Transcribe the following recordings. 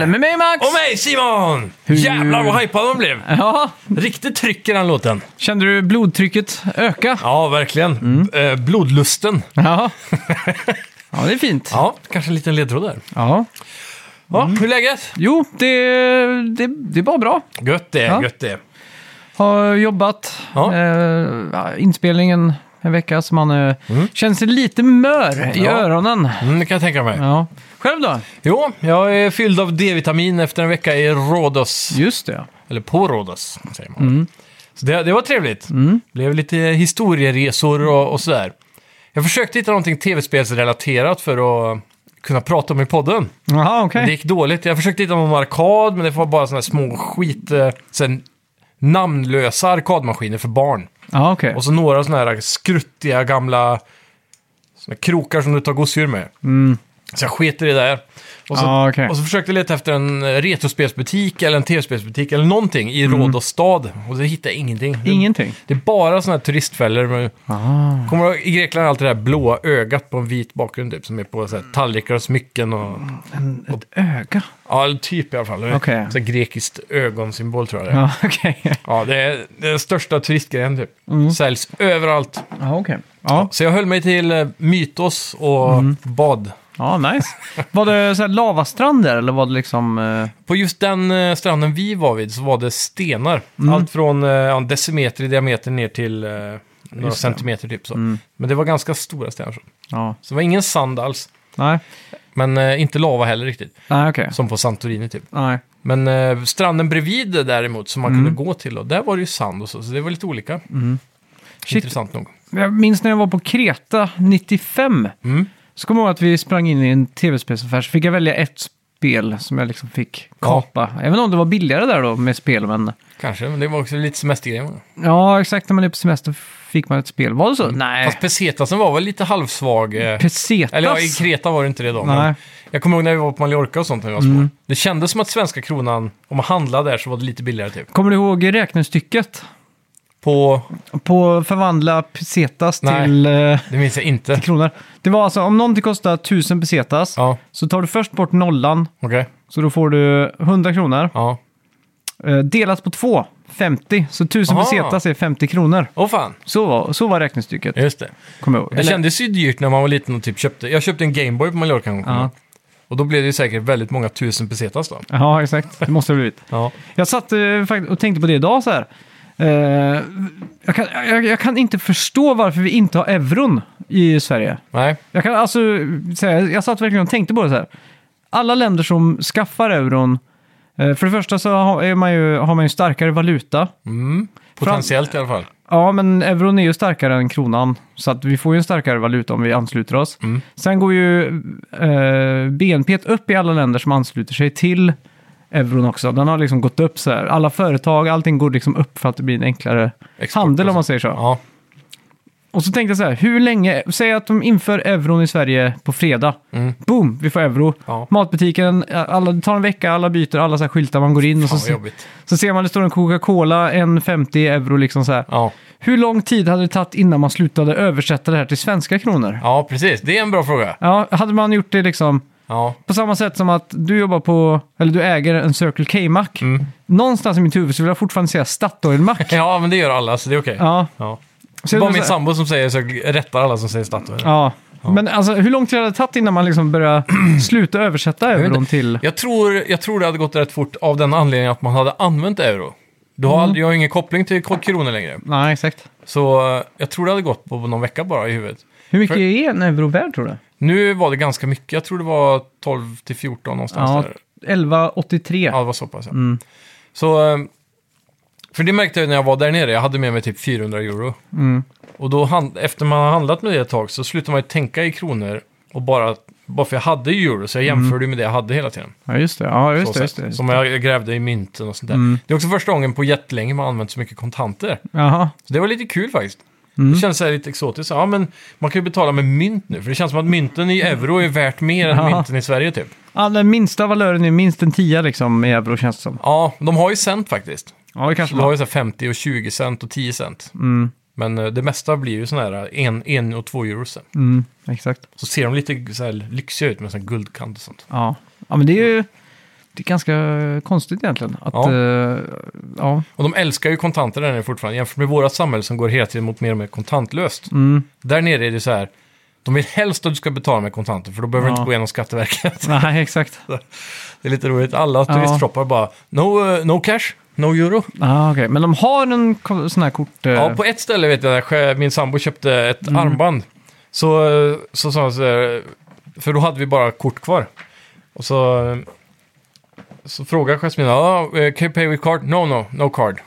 Med mig Max! Och mig Simon! Jävlar vad hypad de blev! Ja, Riktigt tryck i den låten. kände du blodtrycket öka? Ja, verkligen. Blodlusten. Ja. Ja, det är fint. Ja, kanske en liten ledtråd där. Ja. Ja, hur är läget? Jo, det är bara bra. Gött det, Ja. gött det. Har jobbat. Ja. Inspelningen en vecka så man känner sig lite mör i Ja. öronen. Det kan jag tänka mig. Ja. Själv då? Jo, jag är fylld av D-vitamin efter en vecka i Rhodos. Just det. Eller på Rhodos, säger man. Så det var trevligt. Blev lite historieresor och sådär. Jag försökte hitta någonting tv-spelsrelaterat för att kunna prata om i podden. Jaha, okej. Det gick dåligt. Jag försökte hitta någon arkad, men det var bara sådana små namnlösa arkadmaskiner för barn. Ja, okej. Och så några sådana här skruttiga gamla såna krokar som du tar gosedjur med. Så jag sket i det där. Och så, Ja, okej. och så försökte jag leta efter en retrospelsbutik eller en tv-spelsbutik eller någonting i Rhodos stad. Och så hittade jag ingenting. Ingenting. Det är bara sådana här turistfällor. Kommer du ihåg, i Grekland allt det där blåa ögat på en vit bakgrund typ, som är på så här, tallrikar och smycken. Och, Ett öga? ja, typ i alla fall. Okej. Så här grekiskt ögonsymbol tror jag det är. Ja, okej. Ja, det är den största turistgrejen typ. Säljs överallt. Ja, okej. Ja. Så jag höll mig till Mytos och bad. Ja, nice. Var det så här lavastrand där eller var det liksom... På just den stranden vi var vid så var det stenar. Allt från en decimeter i diameter ner till några centimeter typ så. Men det var ganska stora stenar. Ja. Så det var ingen sand alls. Nej. Men inte lava heller riktigt. Nej, okej. Som på Santorini typ. Nej. Men stranden bredvid däremot som man kunde gå till. Och där var det ju sand och så det var lite olika. Shit. Intressant nog. Jag minns när jag var på Kreta 95. Så kommer jag ihåg att vi sprang in i en tv-spelsaffär så fick jag välja ett spel som jag liksom fick kapa. Jag vet inte om det var billigare där då med spel, men... Kanske, men det var också lite semestergrej. Ja, exakt. När man är på semester fick man ett spel. Var det så? Nej. Fast pesetasen var väl lite halvsvag. Pesetas? Eller ja, i Kreta var det inte det då. Nej. Men jag kommer ihåg när vi var på Mallorca och sånt när vi var små. Det kändes som att svenska kronan, om man handlade där så var det lite billigare typ. Kommer du ihåg räknestycket? På förvandla pesetas Nej. till Det minns jag inte. kronor. Det var alltså, om någonting kostar 1000 pesetas Ja, så tar du först bort nollan. okej. Så då får du 100 kronor. Ja. Delat på 2, 50. Så 1000 Aha. pesetas är 50 kronor. Åh fan, Så var räknestycket. just det. Kommer jag ihåg. Det kändes ju dyrt när man var liten och typ köpte. Jag köpte en Gameboy på Mallorca en gång. Ja. Och då blev det ju säkert väldigt många tusen pesetas då. Ja, exakt. Det måste det ha blivit. Ja. Jag satt faktiskt och tänkte på det idag så här. Jag kan inte förstå varför vi inte har euron i Sverige. Nej. Jag kan alltså säga, jag satt verkligen och tänkte på det så här. Alla länder som skaffar euron, för det första så har man ju starkare valuta. Potentiellt i alla fall. Ja, men euron är ju starkare än kronan. Så att vi får ju en starkare valuta om vi ansluter oss. Sen går ju BNP upp i alla länder som ansluter sig till euron också. Den har liksom gått upp så här. Alla företag, allting går liksom upp för att det blir en enklare Export handel och om man säger så. Ja. Och så tänkte jag så här, hur länge, säg att de inför euron i Sverige på fredag. Boom, vi får euro. Ja. Matbutiken, det tar en vecka, alla byter, alla så här skyltar, man går in och Fan, så, vad jobbigt. så ser man det står en Coca-Cola, en 50 euro liksom så här. Ja. Hur lång tid hade det tagit innan man slutade översätta det här till svenska kronor? Ja, precis. Det är en bra fråga. Ja, hade man gjort det liksom Ja. på samma sätt som att du jobbar på, eller du äger en Circle K-mack. Någonstans i mitt huvud så vill jag fortfarande säga Statoil-mack. Ja, men det gör alla, så det är okej. Ja. Ja. Så Det är bara det är min så här- sambo som säger så jag rättar alla som säger Statoil. Ja. Men alltså, hur lång tid hade det tagit innan man liksom började sluta översätta euron till... Jag tror det hade gått rätt fort av den anledningen att man hade använt euro. Jag har ingen koppling till kronor längre. Nej, exakt. Så jag tror det hade gått på någon vecka bara i huvudet. Hur mycket är en euro värd tror du? Nu var det ganska mycket. Jag tror det var 12 till 14 någonstans Ja, där. 11,83. Ja, det var så pass. Ja. Så, för det märkte jag när jag var där nere. Jag hade med mig typ 400 euro. Och då, efter man har handlat med det ett tag så slutar man ju tänka i kronor. Och bara för jag hade euro så jag jämförde med det jag hade hela tiden. Ja, just det. Ja, just Så det. sätt. Just det. Som jag grävde i mynten och sånt där. Det är också första gången på jättelänge man använt så mycket kontanter. Jaha. Så det var lite kul faktiskt. Det känns så här lite exotiskt. Ja, men man kan ju betala med mynt nu. För det känns som att mynten i euro är värt mer än mynten i Sverige typ. Ja, den minsta valören är minst en 10 liksom i euro känns det som. Ja, de har ju cent faktiskt. Ja, det kanske De har var. ju så här 50 och 20 cent och 10 cent. Men det mesta blir ju sådana här 1 och 2 euro sen. Exakt. Så ser de lite så här lyxiga ut med sån här guldkant och sånt. Ja. Ja, men det är ju... Det är ganska konstigt egentligen. Att, ja. Och de älskar ju kontanter där nere fortfarande. Jämfört med våra samhälle som går hela tiden mot mer och mer kontantlöst. Där nere är det så här, de vill helst att du ska betala med kontanter, för då behöver du inte gå igenom Skatteverket. Nej, exakt. Det är lite roligt. Alla turistshoppar bara, no cash, no euro. Okay. Men de har en sån här kort... Ja, på ett ställe vet jag, där min sambo köpte ett armband. Så sa han så här, för då hade vi bara kort kvar. Och så frågade Jasmine, can you pay with card? No card.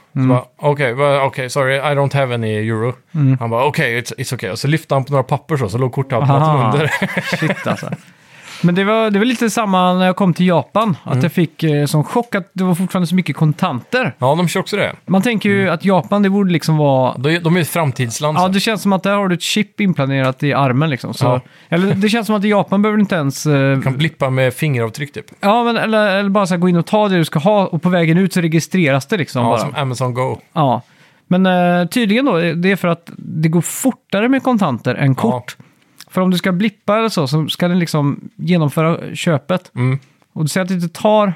Okay, sorry, I don't have any euro. Han bara, it's okay. Och så lyfte han på några papper så låg kortautomaten under. Shit alltså. Men det var lite samma när jag kom till Japan. Att jag fick sån chock att det var fortfarande så mycket kontanter. Ja, de kör också det. Man tänker ju att Japan, det borde liksom vara... De är ett framtidsland. Ja, det känns som att där har du ett chip inplanerat i armen liksom. Så, eller det känns som att i Japan behöver du inte ens... Du kan blippa med fingeravtryck typ. Ja, men, eller bara så här, gå in och ta det du ska ha och på vägen ut så registreras det liksom. Ja, bara. som Amazon Go. Ja, men tydligen då, det är för att det går fortare med kontanter än kort. Ja. För om du ska blippa eller så ska den liksom genomföra köpet. Och du säger att det tar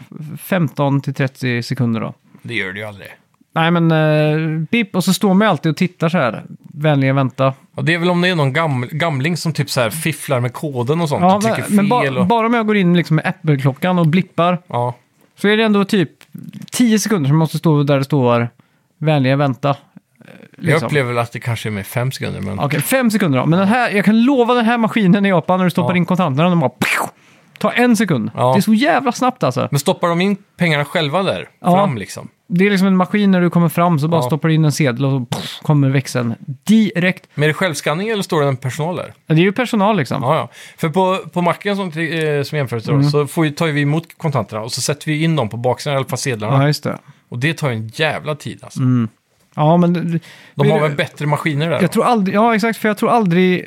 15-30 sekunder då. Det gör det ju aldrig. Nej, men bip, och så står man alltid och tittar så här. Vänligen vänta. Ja, det är väl om det är någon gamling som typ så här fifflar med koden och sånt. Ja, och trycker fel. Men bara om jag går in liksom med Apple-klockan och blippar. Ja. Så är det ändå typ 10 sekunder som måste stå där det står vänligen vänta. Liksom. Jag upplever väl att det kanske är med 5 sekunder. Men... Okej, 5 sekunder då. Men den här, jag kan lova den här maskinen i Japan när du stoppar in kontanterna. De bara tar 1 sekund. Ja. Det är så jävla snabbt alltså. Men stoppar de in pengarna själva där? Fram liksom? Det är liksom en maskin när du kommer fram så bara stoppar du in en sedel och så kommer växeln direkt. Men är det självskanning eller står det en personal där? Det är ju personal liksom. Ja. För på macken som jämförelse då, så tar vi emot kontanterna och så sätter vi in dem på baksidan, i alla fall sedlarna. Ja, just det. Och det tar ju en jävla tid alltså. Ja, men... De har väl bättre maskiner där? Jag tror aldrig... Ja, exakt. För jag tror aldrig...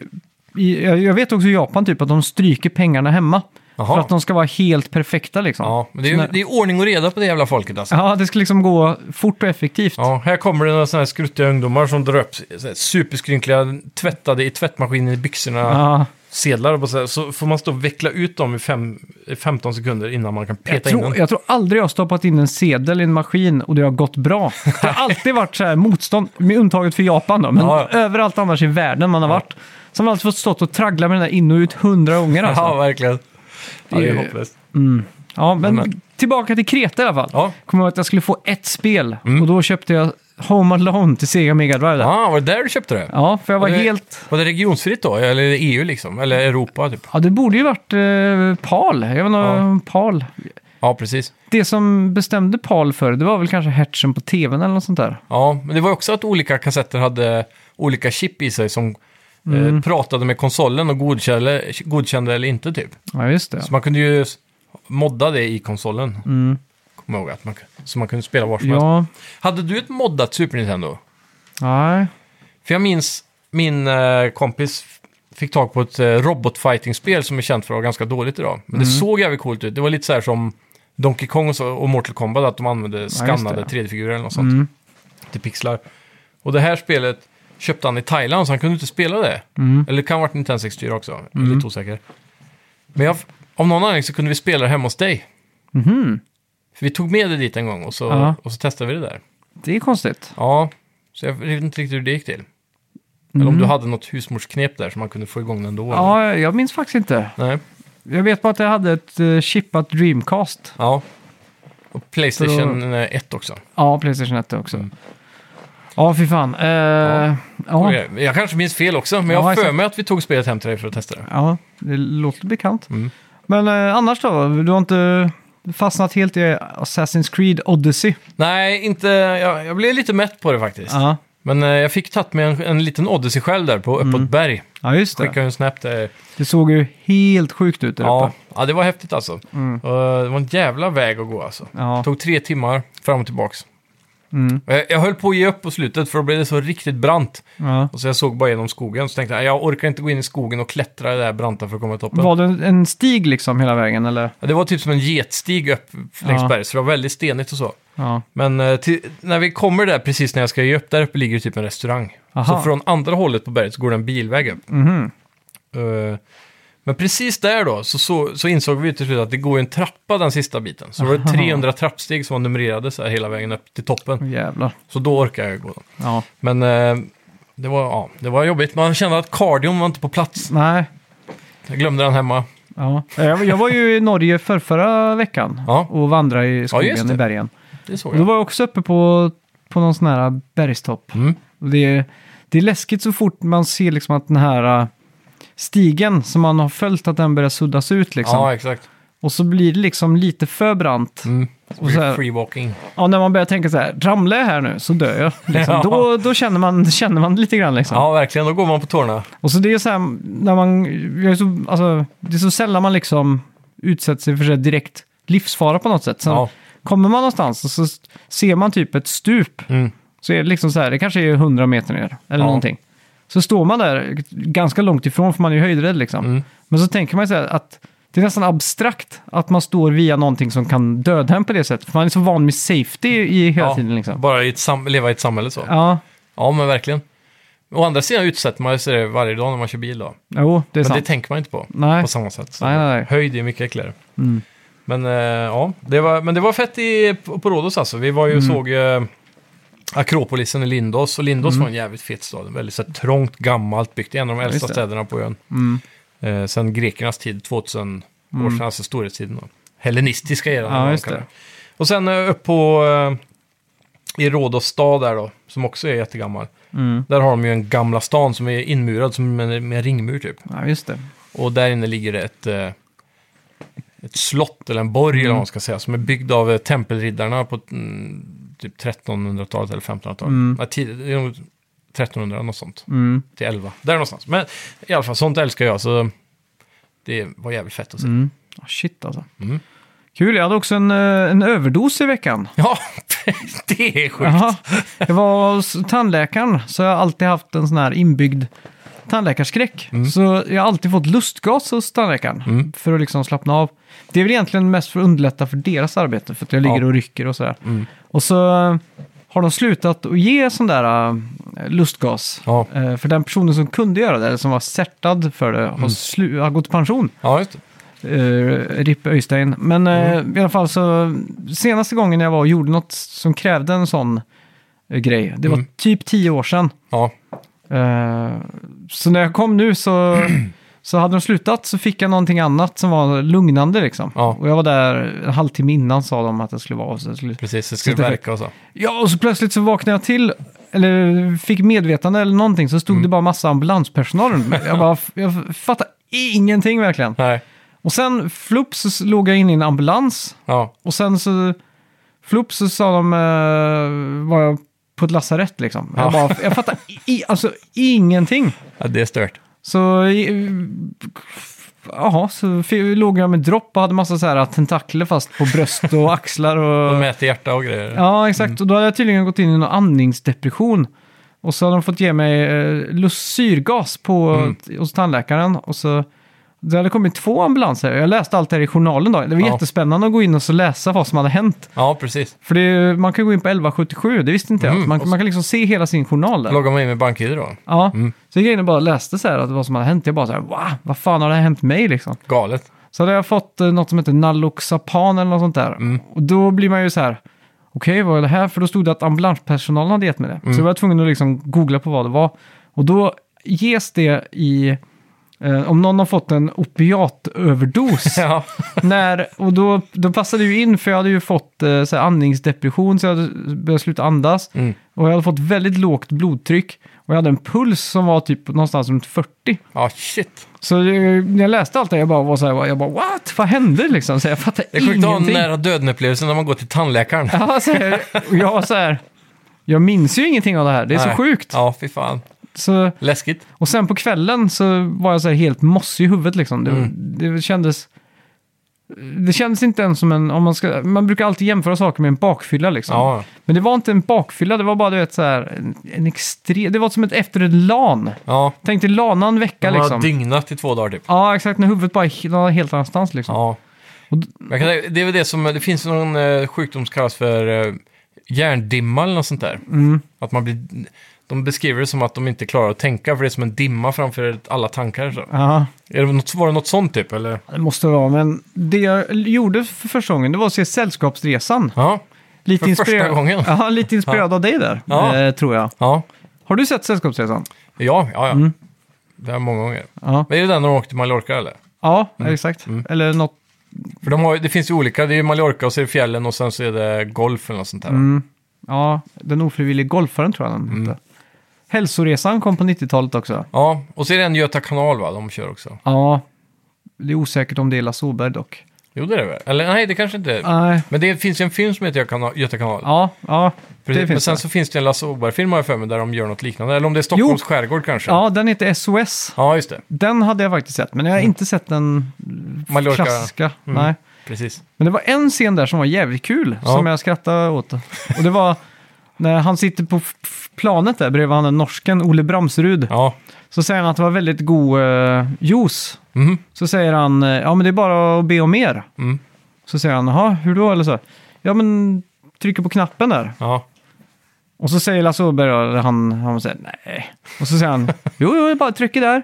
Jag vet också i Japan typ att de stryker pengarna hemma. Aha. För att de ska vara helt perfekta liksom. Ja, men det är ordning och reda på det jävla folket alltså. Ja, det ska liksom gå fort och effektivt. Ja, här kommer det några sådana här skruttiga ungdomar som drar upp superskrynkliga, tvättade i tvättmaskinen i byxorna, sedlar och så får man stå och veckla ut dem i 15 sekunder innan man kan peta in den. Jag tror aldrig jag har stoppat in en sedel i en maskin och det har gått bra. Det har alltid varit så här motstånd, med undantaget för Japan då, men överallt annars i världen man har varit. Så har man alltså fått stått och traggla med den där in och ut 100 gånger alltså. Ja, verkligen. Det är hopplöst. Ja, men tillbaka till Kreta i alla fall. Ja. Kommer ihåg att jag skulle få ett spel och då köpte jag Home Alone till Sega Mega Drive. Ja, var det där du köpte det? Ja, för jag var helt... Var det regionsfritt då? Eller EU liksom? Eller Europa typ? Ja, det borde ju varit PAL. Jag vet inte, PAL. Ja, precis. Det som bestämde PAL för det var väl kanske Hertzen på tvn eller något sånt där. Ja, men det var också att olika kassetter hade olika chip i sig som pratade med konsolen och godkände eller inte typ. Ja, just det. Så man kunde ju modda det i konsolen. Kommer ihåg att så man kunde spela var som helst. Hade du ett moddat Super Nintendo? Nej. För jag minns min kompis fick tag på ett robotfighting-spel som är känt för att vara ganska dåligt idag. Men det såg jävligt coolt ut. Det var lite så här som Donkey Kong och Mortal Kombat, att de använde skannade 3D-figurer eller något sånt till pixlar. Och det här spelet köpte han i Thailand så han kunde inte spela det. Eller det kan ha varit Nintendo 64 också. Jag är lite osäker. Men av någon anledning så kunde vi spela det hemma hos dig. För vi tog med det dit en gång och så testade vi det där. Det är konstigt. Ja, så jag vet inte riktigt hur det gick till. Eller om du hade något husmorsknep där som man kunde få igång den då. Ja, jag minns faktiskt inte. Nej. Jag vet bara att jag hade ett chippat Dreamcast. Ja. Och PlayStation 1 också. Ja, PlayStation 1 också. Ja, fy fan. Jag kanske minns fel också, men jag har för mig att vi tog spelet hem till dig för att testa det. Ja, det låter bekant. Men annars då? Du har inte fastnat helt i Assassin's Creed Odyssey? Nej, inte. Jag blev lite mätt på det faktiskt. Men jag fick tagit med en liten Odyssey själv där på uppåt berg. Ja, just det. Skickade en snap där. Det såg ju helt sjukt ut där uppe. Ja, det var häftigt alltså. Det var en jävla väg att gå alltså. Det tog 3 timmar fram och tillbaks. Jag höll på att ge upp på slutet för då blev det så riktigt brant. Och så jag såg bara genom skogen. Så tänkte jag orkar inte gå in i skogen och klättra det där branta för att komma till toppen. Var det en stig liksom hela vägen eller? Ja, det var typ som en getstig upp längs berget. Så det var väldigt stenigt och så. Men när vi kommer där precis när jag ska ge upp, där uppe ligger typ en restaurang. Så från andra hållet på berget så går det en bilväg upp. Men precis där då så insåg vi till slut att det går en trappa den sista biten. Så det var 300 trappsteg som var numrerade så här hela vägen upp till toppen. Jävlar. Så då orkade jag gå. Ja. Men det var jobbigt. Man kände att kardion var inte på plats. Nej. Jag glömde den hemma. Ja. Jag var ju i Norge förra veckan och vandrade i skogen i bergen. Det såg jag. Då var jag också uppe på någon sån här bergstopp. Och det är läskigt så fort man ser liksom att den här stigen som man har följt, att den börjar suddas ut liksom. Ja, exakt. Och så blir det liksom lite för brant. Och så här, free walking. Ja, när man börjar tänka så här, ramlar jag här nu så dör jag. Liksom. Då känner man lite grann liksom. Ja, verkligen. Då går man på tårna. Och så det är så här, det är så sällan man liksom utsätter sig för så här direkt livsfara på något sätt. Sen kommer man någonstans och så ser man typ ett stup. Så är det liksom så här, det kanske är 100 meter ner eller någonting. Så står man där ganska långt ifrån för man är ju höjdrädd liksom. Men så tänker man så här att det är nästan abstrakt att man står via någonting som kan döda en på det sättet. För man är så van med safety i hela tiden liksom. Bara leva i ett samhälle så. Ja. Ja, men verkligen. Å andra sidan utsätter man sig det varje dag när man kör bil då. Jo, det är sant. Men det tänker man inte på. Nej. På samma sätt. Så nej. Höjd är mycket äckligare. Men det var fett på Rhodos alltså. Vi var ju och såg Akropolisen i Lindos. Och Lindos var en jävligt fet stad. Väldigt så trångt, gammalt byggt. En av de äldsta städerna på ön. Sen grekernas tid, 2000 år sedan, alltså storhetstiden. Hellenistiska eran. Ja, just det. Och sen upp på i Rhodos stad där då, som också är jättegammal. Där har de ju en gamla stan som är inmurad som med en ringmur typ. Ja, just det. Och där inne ligger det ett slott eller en borg eller vad man ska säga, som är byggd av tempelriddarna på typ 1300-talet eller 1500-talet. Det är nog 1300 något sånt. Till 11. Där någonstans. Men i alla fall, sånt älskar jag. Så det var jävligt fett att se. Shit alltså. Kul, jag hade också en överdos i veckan. Ja, det är sjukt. Jaha. Jag var hos tandläkaren, så jag har alltid haft en sån här inbyggd tandläkarskräck. Så jag har alltid fått lustgas hos tandläkaren för att liksom slappna av. Det är väl egentligen mest för att underlätta för deras arbete, för att jag ligger och rycker och sådär. Och så har de slutat att ge sån där lustgas. För den personen som kunde göra det, eller som var certad för det, har gått i pension. Ja, just det. Rippe Öystein. Men i alla fall så senaste gången jag var och gjorde något som krävde en sån grej, det var typ 10 år sedan. Ja. Så när jag kom nu så hade de slutat, så fick jag någonting annat som var lugnande liksom. Ja. Och jag var där en halvtimme innan, sa de att det skulle vara. Precis, det skulle verka och så. Ja, och så plötsligt så vaknade jag till, eller fick medvetande eller någonting, så stod det bara massa ambulanspersonal. Jag fattade ingenting verkligen. Nej. Och sen flupp så låg jag in i en ambulans. Ja. Och sen så flupp så sa de, var jag på ett lasarett liksom. Jag fattade alltså ingenting. Ja, det är stört. Så låg jag med dropp och hade massa så här tentakler fast på bröst och axlar. Och de mäter hjärta och grejer. Ja, exakt. Och då hade jag tydligen gått in i någon andningsdepression. Och så hade de fått ge mig syrgas hos tandläkaren. Och så det hade kommit 2 ambulanser. Jag läste allt det här i journalen då. Det var jättespännande att gå in och så läsa vad som hade hänt. Ja, precis. För man kan gå in på 1177, det visste inte jag. Man kan liksom se hela sin journal där. Loggar man in med BankID då? Ja, så jag gick in och bara läste så här att vad som hade hänt. Jag bara så här, wow, vad fan har det hänt mig liksom? Galet. Så hade jag fått något som heter Naloxapan eller något sånt där. Och då blir man ju så här, okej, vad är det här? För då stod det att ambulanspersonalen hade gett mig det. Så jag var tvungen att liksom googla på vad det var. Och då ges det i... om någon har fått en opiatöverdos. Och då passade det ju in, för jag hade ju fått så här, andningsdepression, så jag hade börjat sluta andas. Och jag hade fått väldigt lågt blodtryck. Och jag hade en puls som var typ någonstans runt 40. Ja, shit. Så när jag läste allt det, jag bara, what? Vad hände liksom? Så jag fattade ingenting. Det är sjukt att ha nära döden-upplevelsen när man går till tandläkaren. Ja, jag minns ju ingenting av det här. Det är så sjukt. Ja, fy fan. Så, läskigt. Och sen på kvällen så var jag så här helt mossig i huvudet liksom. Det kändes inte ens som man brukar alltid jämföra saker med en bakfylla liksom. Ja. Men det var inte en bakfylla, det var bara, du vet, så här en extrem, det var som efter ett LAN. Ja. Tänk dig LANa en vecka liksom. Man har dygnat i 2 dagar typ. Ja, exakt, när huvudet bara är någon helt annanstans liksom. Ja. Det är väl det som, det finns någon sjukdom som kallas för hjärndimma eller något sånt där. Att man blir... de beskriver det som att de inte klarar att tänka för det är som en dimma framför alla tankar. Så. Ja, Var det något sånt typ? Eller? det måste vara. Men det jag gjorde för första gången, det var att se Sällskapsresan. Ja, Lite för första gången. Ja, lite inspirerad av dig där, Ja. tror jag. Ja, Har du sett Sällskapsresan? ja. Det är många gånger. Ja, Men är det den när de åkte till Mallorca eller? ja exakt. Eller något. För det finns ju olika, det är ju Mallorca och så är det fjällen och sen så är det golf eller något sånt där. Ja, den ofrivillig golfaren tror jag den hette. Hälsoresan kom på 90-talet också. Ja, och så är det en Göta kanal va, de kör också. Ja, det är osäkert om det är Lasse Åberg dock. Jo, det är det väl? Eller nej, det kanske inte är. Nej. Men det finns ju en film som heter Göta kanal. Ja, det Men finns sen det. så finns det en Lasse Åberg-film har jag för mig där de gör något liknande. Eller om det är Stockholms skärgård kanske. Ja, den heter SOS. Ja, just det. Den hade jag faktiskt sett, men jag har inte sett den Mallorca. klassiska. Nej. Precis. Men det var en scen där som var jävligt kul, Ja. som jag skrattade åt. Och det var när han sitter på planet där bredvid han den norsken, Ole Bramsrud. Ja. Så säger han att det var väldigt god juice. Mhm. Så säger han, ja men det är bara att be om mer. Mm. Så säger han, jaha, hur då? Eller så. Ja men, trycker på knappen där. Ja. Och så säger Lasse Åberg, och han säger nej. Och så säger han, jo, bara trycker där.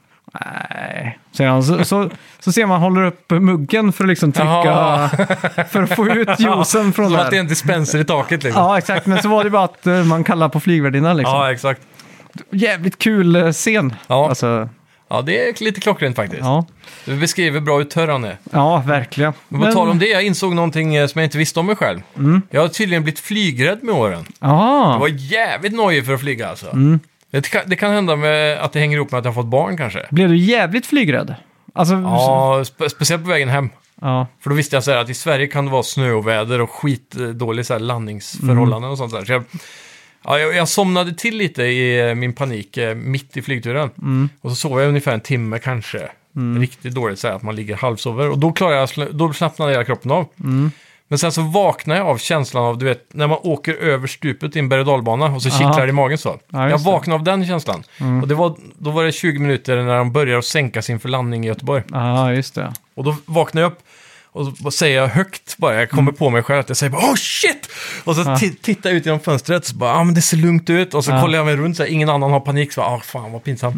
Nej, säger han. Så ser man håller upp muggen för att liksom trycka, Jaha. för att få ut juicen från Som att det är där. en dispenser i taket liksom. Ja, exakt. Men så var det bara att man kallar på flygvärdinnan liksom. Ja, exakt. Jävligt kul scen. Ja. Alltså, Ja, det är lite klockrent faktiskt. ja. Du beskriver bra hur törr han är. Ja, verkligen. Men på tal om det, jag insåg någonting som jag inte visste om mig själv. Jag har tydligen blivit flygrädd med åren. Jag Ja, var jävligt nojig för att flyga alltså. Det kan hända med att det hänger ihop med att jag har fått barn kanske. blev du jävligt flygrädd? Alltså, Ja, speciellt på vägen hem. ja. För då visste jag så här att i Sverige kan det vara snöoväder och skitdålig så här landningsförhållanden och sånt där. Så jag somnade till lite i min panik mitt i flygturen. Och så sov jag ungefär en timme kanske. Riktigt dåligt så här att man ligger halvsover. Och då slappnade hela kroppen av. Men sen så vaknade jag av känslan av, du vet, när man åker över stupet i en berg- och dalbana och så kittlar i magen så. Ja, Jag just det. vaknade av den känslan. Och då var det 20 minuter när de började att sänka sin förlandning i Göteborg. Ja, just det. Och då vaknar jag upp och så säger jag högt bara, jag kommer på mig själv att jag säger bara, oh shit! Och så tittar jag ut genom fönstret så bara, men det ser lugnt ut. Och så kollar jag mig runt så här, ingen annan har panik, så bara, fan vad pinsamt.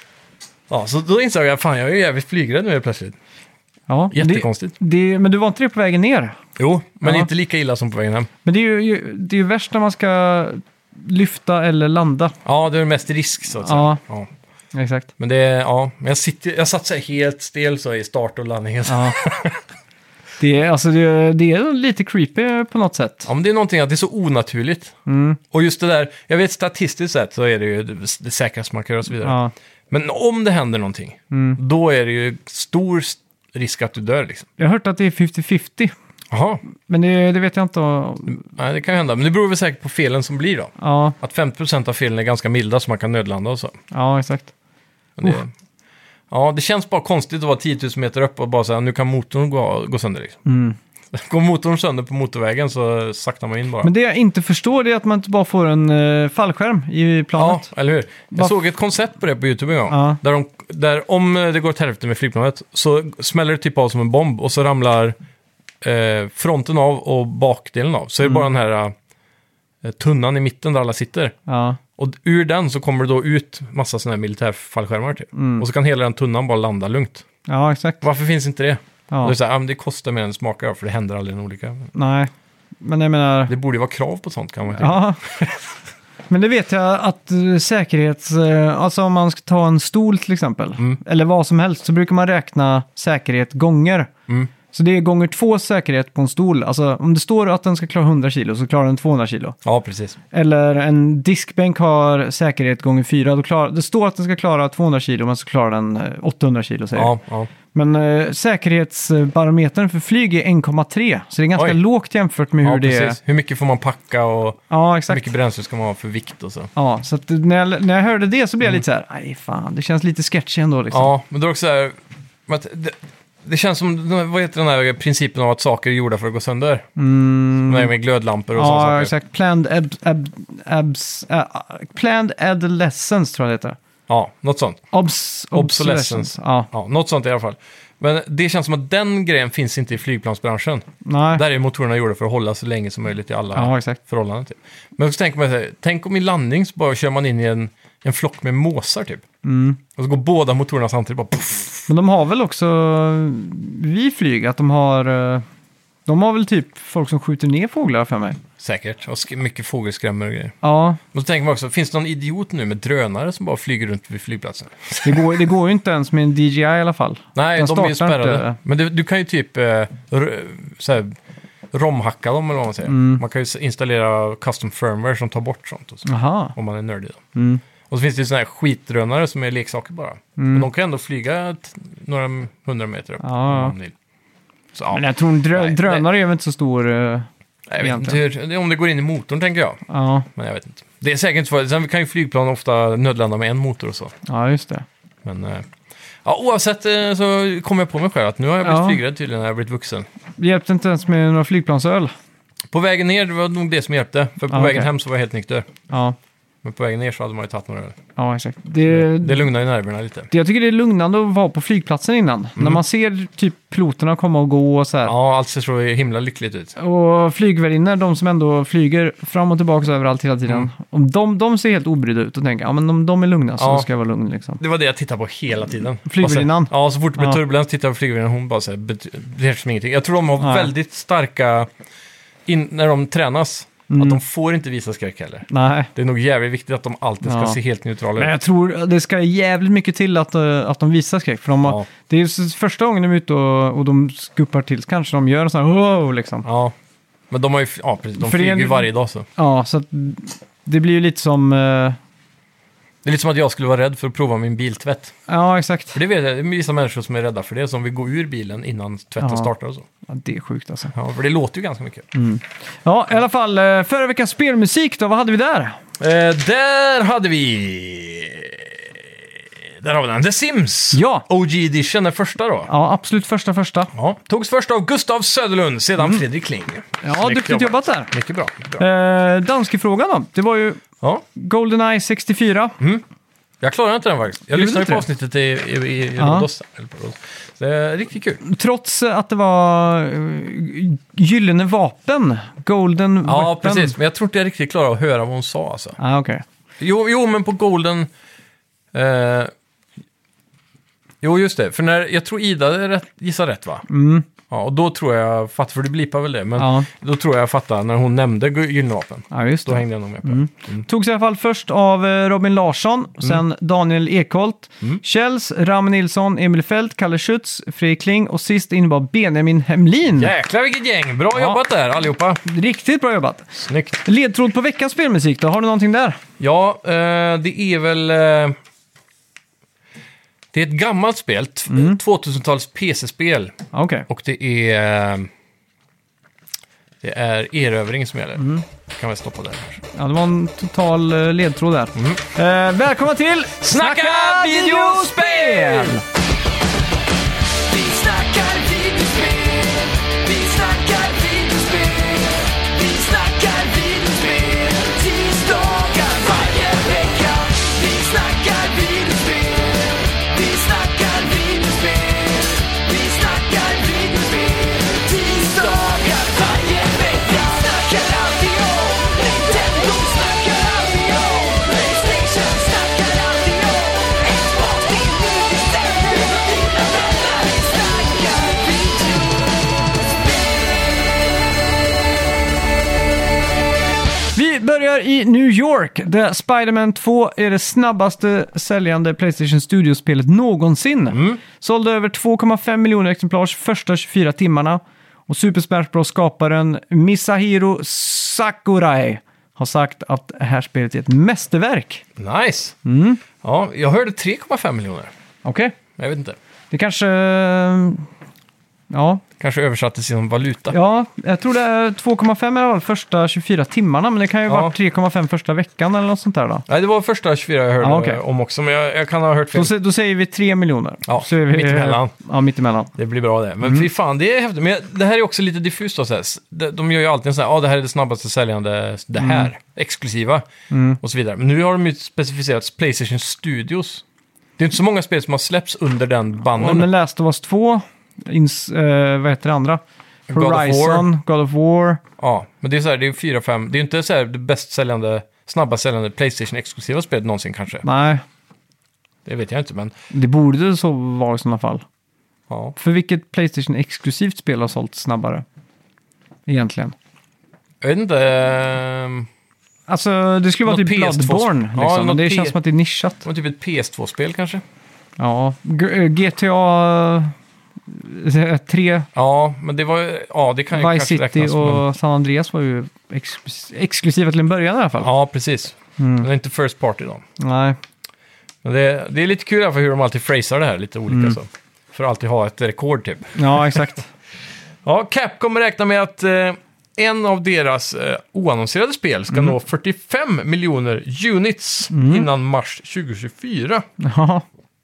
Ja, så då insåg jag, fan jag är ju jävligt flygrädd nu helt plötsligt. Ja, Jättekonstigt. Men du var inte det på vägen ner? Jo, men Ja. inte lika illa som på vägen hem. Men det är ju värst när man ska lyfta eller landa. Ja, det är mest risk så att säga. Ja, Ja. exakt. Men men jag satt så här helt stel så i start och landningen. Ja. Det är lite creepy på något sätt. Ja, men det är någonting att det är så onaturligt. Och just det där, jag vet statistiskt sett så är det ju det säkraste man kan göra och så vidare. Ja. Men om det händer någonting, då är det ju stor risk att du dör liksom. Jag har hört att det är 50-50. Jaha, Men det vet jag inte. nej, det kan ju hända. Men det beror väl säkert på felen som blir då. Ja, Att 50% av felen är ganska milda så man kan nödlanda och så. ja exakt. Men ja, det känns bara konstigt att vara 10 000 meter upp och bara säga nu kan motorn gå sönder liksom. Går motorn sönder på motorvägen så saktar man in bara. Men det jag inte förstår är att man inte bara får en fallskärm i Ja, planet. eller hur? Jag såg ett koncept på det på YouTube en gång. Ja. Där om det går åt helvete med flygplanet så smäller det typ av som en bomb och så ramlar fronten av och bakdelen av. Så är det bara den här tunnan i mitten där alla sitter. Ja. Och ur den så kommer det då ut massa sådana här militärfallskärmar typ. Och så kan hela den tunnan bara landa lugnt. Ja, exakt. Varför finns inte det? Ja. Och det är så här, men det kostar mer än det smakar för det händer aldrig en olycka. Nej, men jag menar... Det borde ju vara krav på sånt kan man tycka. Ja, men det vet jag att alltså om man ska ta en stol till exempel, eller vad som helst, så brukar man räkna säkerhet gånger. Så det är gånger 2 säkerhet på en stol. Alltså om det står att den ska klara 100 kilo så klarar den 200 kilo. Ja, precis. Eller en diskbänk har säkerhet gånger 4. Det står att den ska klara 200 kilo men så klarar den 800 kilo säger Ja, ja. Men säkerhetsbarometern för flyg är 1,3. Så det är ganska Oj. lågt jämfört med hur Ja, det är. precis. Hur mycket får man packa och Ja, hur exakt. mycket bränsle ska man ha för vikt och så. Ja, så att när jag hörde det så blev jag lite så här, nej fan, det känns lite sketchy ändå liksom. Ja, men det är också så här, att det känns som, vad heter den här principen av att saker är gjorda för att gå sönder? Med glödlampor och sådana Ja, saker. exakt. Planned adolescence tror jag det heter. Ja, något sånt. Obsolescence. Ja. Ja, något sånt i alla fall. Men det känns som att den grejen finns inte i flygplansbranschen. Nej. Där är motorerna gjorda för att hålla så länge som möjligt i alla exakt. förhållanden. Typ. Men så tänker man sig, tänk om i landning så bara kör man in i en flock med måsar typ. Och så går båda motorerna samtidigt bara puff. Men de har väl också vid flyg att de har väl typ folk som skjuter ner fåglar för mig. Säkert, och mycket fågelskrämmor och grejer. Ja. Och så tänker man också, finns det någon idiot nu med drönare som bara flyger runt vid flygplatsen? Det går ju inte ens med en DJI i alla fall. Nej, de är ju startar spärrade. inte. Men du kan ju typ såhär, romhacka dem eller vad man säger. Man kan ju installera custom firmware som tar bort sånt och så, Aha. om man är nördig då. Och så finns det ju sådana här skitdrönare som är leksaker bara. Men de kan ändå flyga några 100 meter upp. Ja. Om ni- Så, ja. Men jag tror drönare är väl inte så stor... Jag vet inte om det går in i motorn tänker jag. Ja. Men jag vet inte. Det är säkert inte för. Sen kan ju flygplan ofta nödlanda med en motor och så. Ja, just det. Men ja, oavsett så kommer jag på mig själv att nu har jag blivit flygrädd tydligen när jag har blivit vuxen. Det hjälpte inte ens med några flygplansöl. På vägen ner, det var nog det som hjälpte. För på vägen hem så var jag helt nykter. Ja. Men på vägen ner så hade man ju tagit några öl. Ja, exakt. Det lugnar ju nerverna lite. Jag tycker det är lugnande att vara på flygplatsen innan. När man ser typ piloterna komma och gå och så här. Ja, allt ser så himla lyckligt ut. Och flygvärdinnor, de som ändå flyger fram och tillbaka överallt hela tiden. Om de ser helt obrydda ut och tänker, ja men om de är lugna så ska jag vara lugn liksom. Det var det jag tittade på hela tiden. Flygvärdinnan? Ja, så fort det blev turbulens tittade jag på flygvärdinnan. Hon bara säger, det är som ingenting. Jag tror de har väldigt starka, när de tränas, att de får inte visa skräck heller. Nej. Det är nog jävligt viktigt att de alltid ska se helt neutrala ut. Men jag tror det ska jävligt mycket till att de visar skräck. För det är ju första gången de är ute och de skuppar till så kanske de gör en sån här wow liksom. Ja, men de har ju, precis, de flyger ju varje dag så. Ja, så att det blir ju lite som... Det är lite som att jag skulle vara rädd för att prova min biltvätt. Ja, exakt. För det vet jag, det är vissa människor som är rädda för det, som vill gå ur bilen innan tvätten startar och så. Ja, det är sjukt alltså. Ja, för det låter ju ganska mycket. Ja, i alla fall, förra veckans spelmusik då, vad hade vi där? Där hade vi... Där har vi den. The Sims! Ja. OG Edition, den första då. Ja, absolut första. Ja, togs först av Gustav Söderlund, sedan Fredrik Kling. Ja, duktigt jobbat där. Mycket bra. Danskefrågan då, det var ju GoldenEye 64. Jag klarade inte den faktiskt. Jag lyssnade på avsnittet i Rhodos. Det är riktigt kul. Trots att det var gyllene vapen, golden weapon. Ja, precis. Men jag tror inte jag riktigt klarade att höra vad hon sa alltså. Okej. Jo, men på golden... Jo, just det. För jag tror Ida gissar rätt, va? Ja, och då tror jag, för det blipar väl det, men då tror jag fattar när hon nämnde gyllene vapen. Ja, just det. Då hängde jag nog med på det. Togs i alla fall först av Robin Larsson, sen Daniel Ekholt, Kjells, Ram Nilsson, Emil Fält, Kalle Schütz, Fredrik Kling och sist in var Benjamin Hemlin. Jäklar vilket gäng! Bra jobbat där allihopa! Riktigt bra jobbat. Snyggt! Ledtråd på veckans spelmusik då, har du någonting där? Ja, det är väl... Det är ett gammalt spel, 2000-tals PC-spel. Okej. Och det är erövring som gäller. Kan vi stoppa där kanske. Ja, det var en total ledtråd där. Välkomna till Snacka videospel! Vi snackar videospel, vi snackar videospel, vi snackar videospel, tisdagar varje vecka. Vi snackar videospel, vi snackar videospel, vi snackar videospel, tisdagar varje vecka. Snackar alltid om Nintendo, snackar alltid om PlayStation, snackar alltid om Xbox, din nu istället för dina vänner. Vi snackar Vi börjar i New York, där Spider-Man 2 är det snabbaste säljande PlayStation Studios-spelet någonsin. Sålde över 2,5 miljoner exemplar första 24 timmarna. Och Super Smash Bros-skaparen Misahiro Sakurai har sagt att det här spelet är ett mästerverk. Nice! Ja, jag hörde 3,5 miljoner. Okej. Jag vet inte. Det kanske... Ja. Kanske översattes som valuta. Ja, jag tror det är 2,5 i alla fall första 24 timmarna, men det kan ju vara 3,5 första veckan eller något sånt där då. Nej, det var första 24 jag hörde okej. om också, men jag kan ha hört fel. Då säger vi 3 miljoner. Ja, så är vi, mittemellan. Ja, mittemellan. Det blir bra det. Men fy fan, det är häftigt. Men det här är också lite diffust då. Så här. De gör ju alltid en sån här, det här är det snabbaste säljande, det här, exklusiva och så vidare. Men nu har de ju specificerat PlayStation Studios. Det är inte så många spel som har släppts under den bannen. Och med Last of Us 2, vad heter det andra? Horizon, God of War. Ja, men det är så här, det är 4-5. Det är ju inte så här det bäst säljande, snabbast säljande PlayStation-exklusiva spelet någonsin kanske. Nej, Det vet jag inte, men det borde så vara i sådana fall. ja. För vilket PlayStation-exklusivt spel har sålt snabbare? Egentligen. Jag vet inte. Alltså, det skulle vara Något typ PS2 Bloodborne. Liksom. Ja, Men något det känns som att det är nischat. Det var typ ett PS2-spel kanske? Ja, GTA 3, Ja, men det var ja, det kan ju Vice kanske City räknas som en... och San Andreas var ju exklusiva till en början i alla fall. Ja, precis. Men det är inte first party då. Nej. Men det är lite kul för hur de alltid phrasar det här lite olika så. För att alltid ha ett rekord typ. Ja, exakt. Ja, Capcom räknar med att en av deras oannonserade spel ska nå 45 miljoner units innan mars 2024. Ja.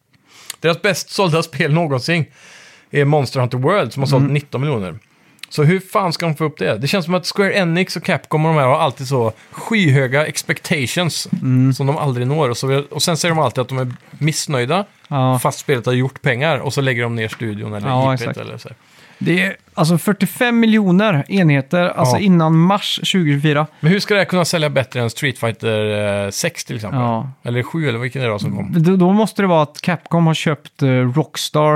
Deras bäst sålda spel någonsin är Monster Hunter World som har sålt 19 miljoner. Så hur fan ska de få upp det? Det känns som att Square Enix och Capcom och de här har alltid så skyhöga expectations som de aldrig når. Och sen säger de alltid att de är missnöjda fast spelet har gjort pengar och så lägger de ner studion eller IP:t eller så. Det är alltså 45 miljoner enheter alltså innan mars 2024. Men hur ska det här kunna sälja bättre än Street Fighter 6 till exempel? Ja. Eller 7 eller vilken är det som kom? Då måste det vara att Capcom har köpt Rockstar.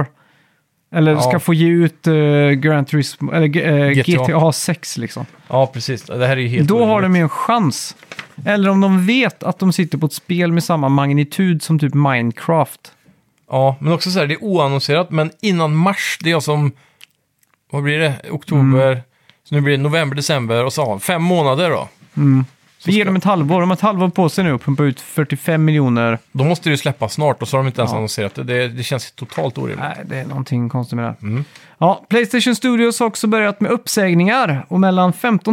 Eller ska få ge ut Gran Turismo, eller GTA 6 liksom. Ja, precis. Det här är ju helt Då har orimligt. de ju en chans. Eller om de vet att de sitter på ett spel med samma magnitud som typ Minecraft. Ja, men också så här, det är oannonserat, men innan mars, det är som, vad blir det? Oktober, så nu blir det november, december och så 5 månader då. Vi ger dem ett halvår. De har ett halvår på sig nu och pumpa ut 45 miljoner. Då måste det ju släppas snart och så har de inte ens annonserat det. Det känns totalt orimligt. Nej, det är någonting konstigt med det. Ja, PlayStation Studios har också börjat med uppsägningar och mellan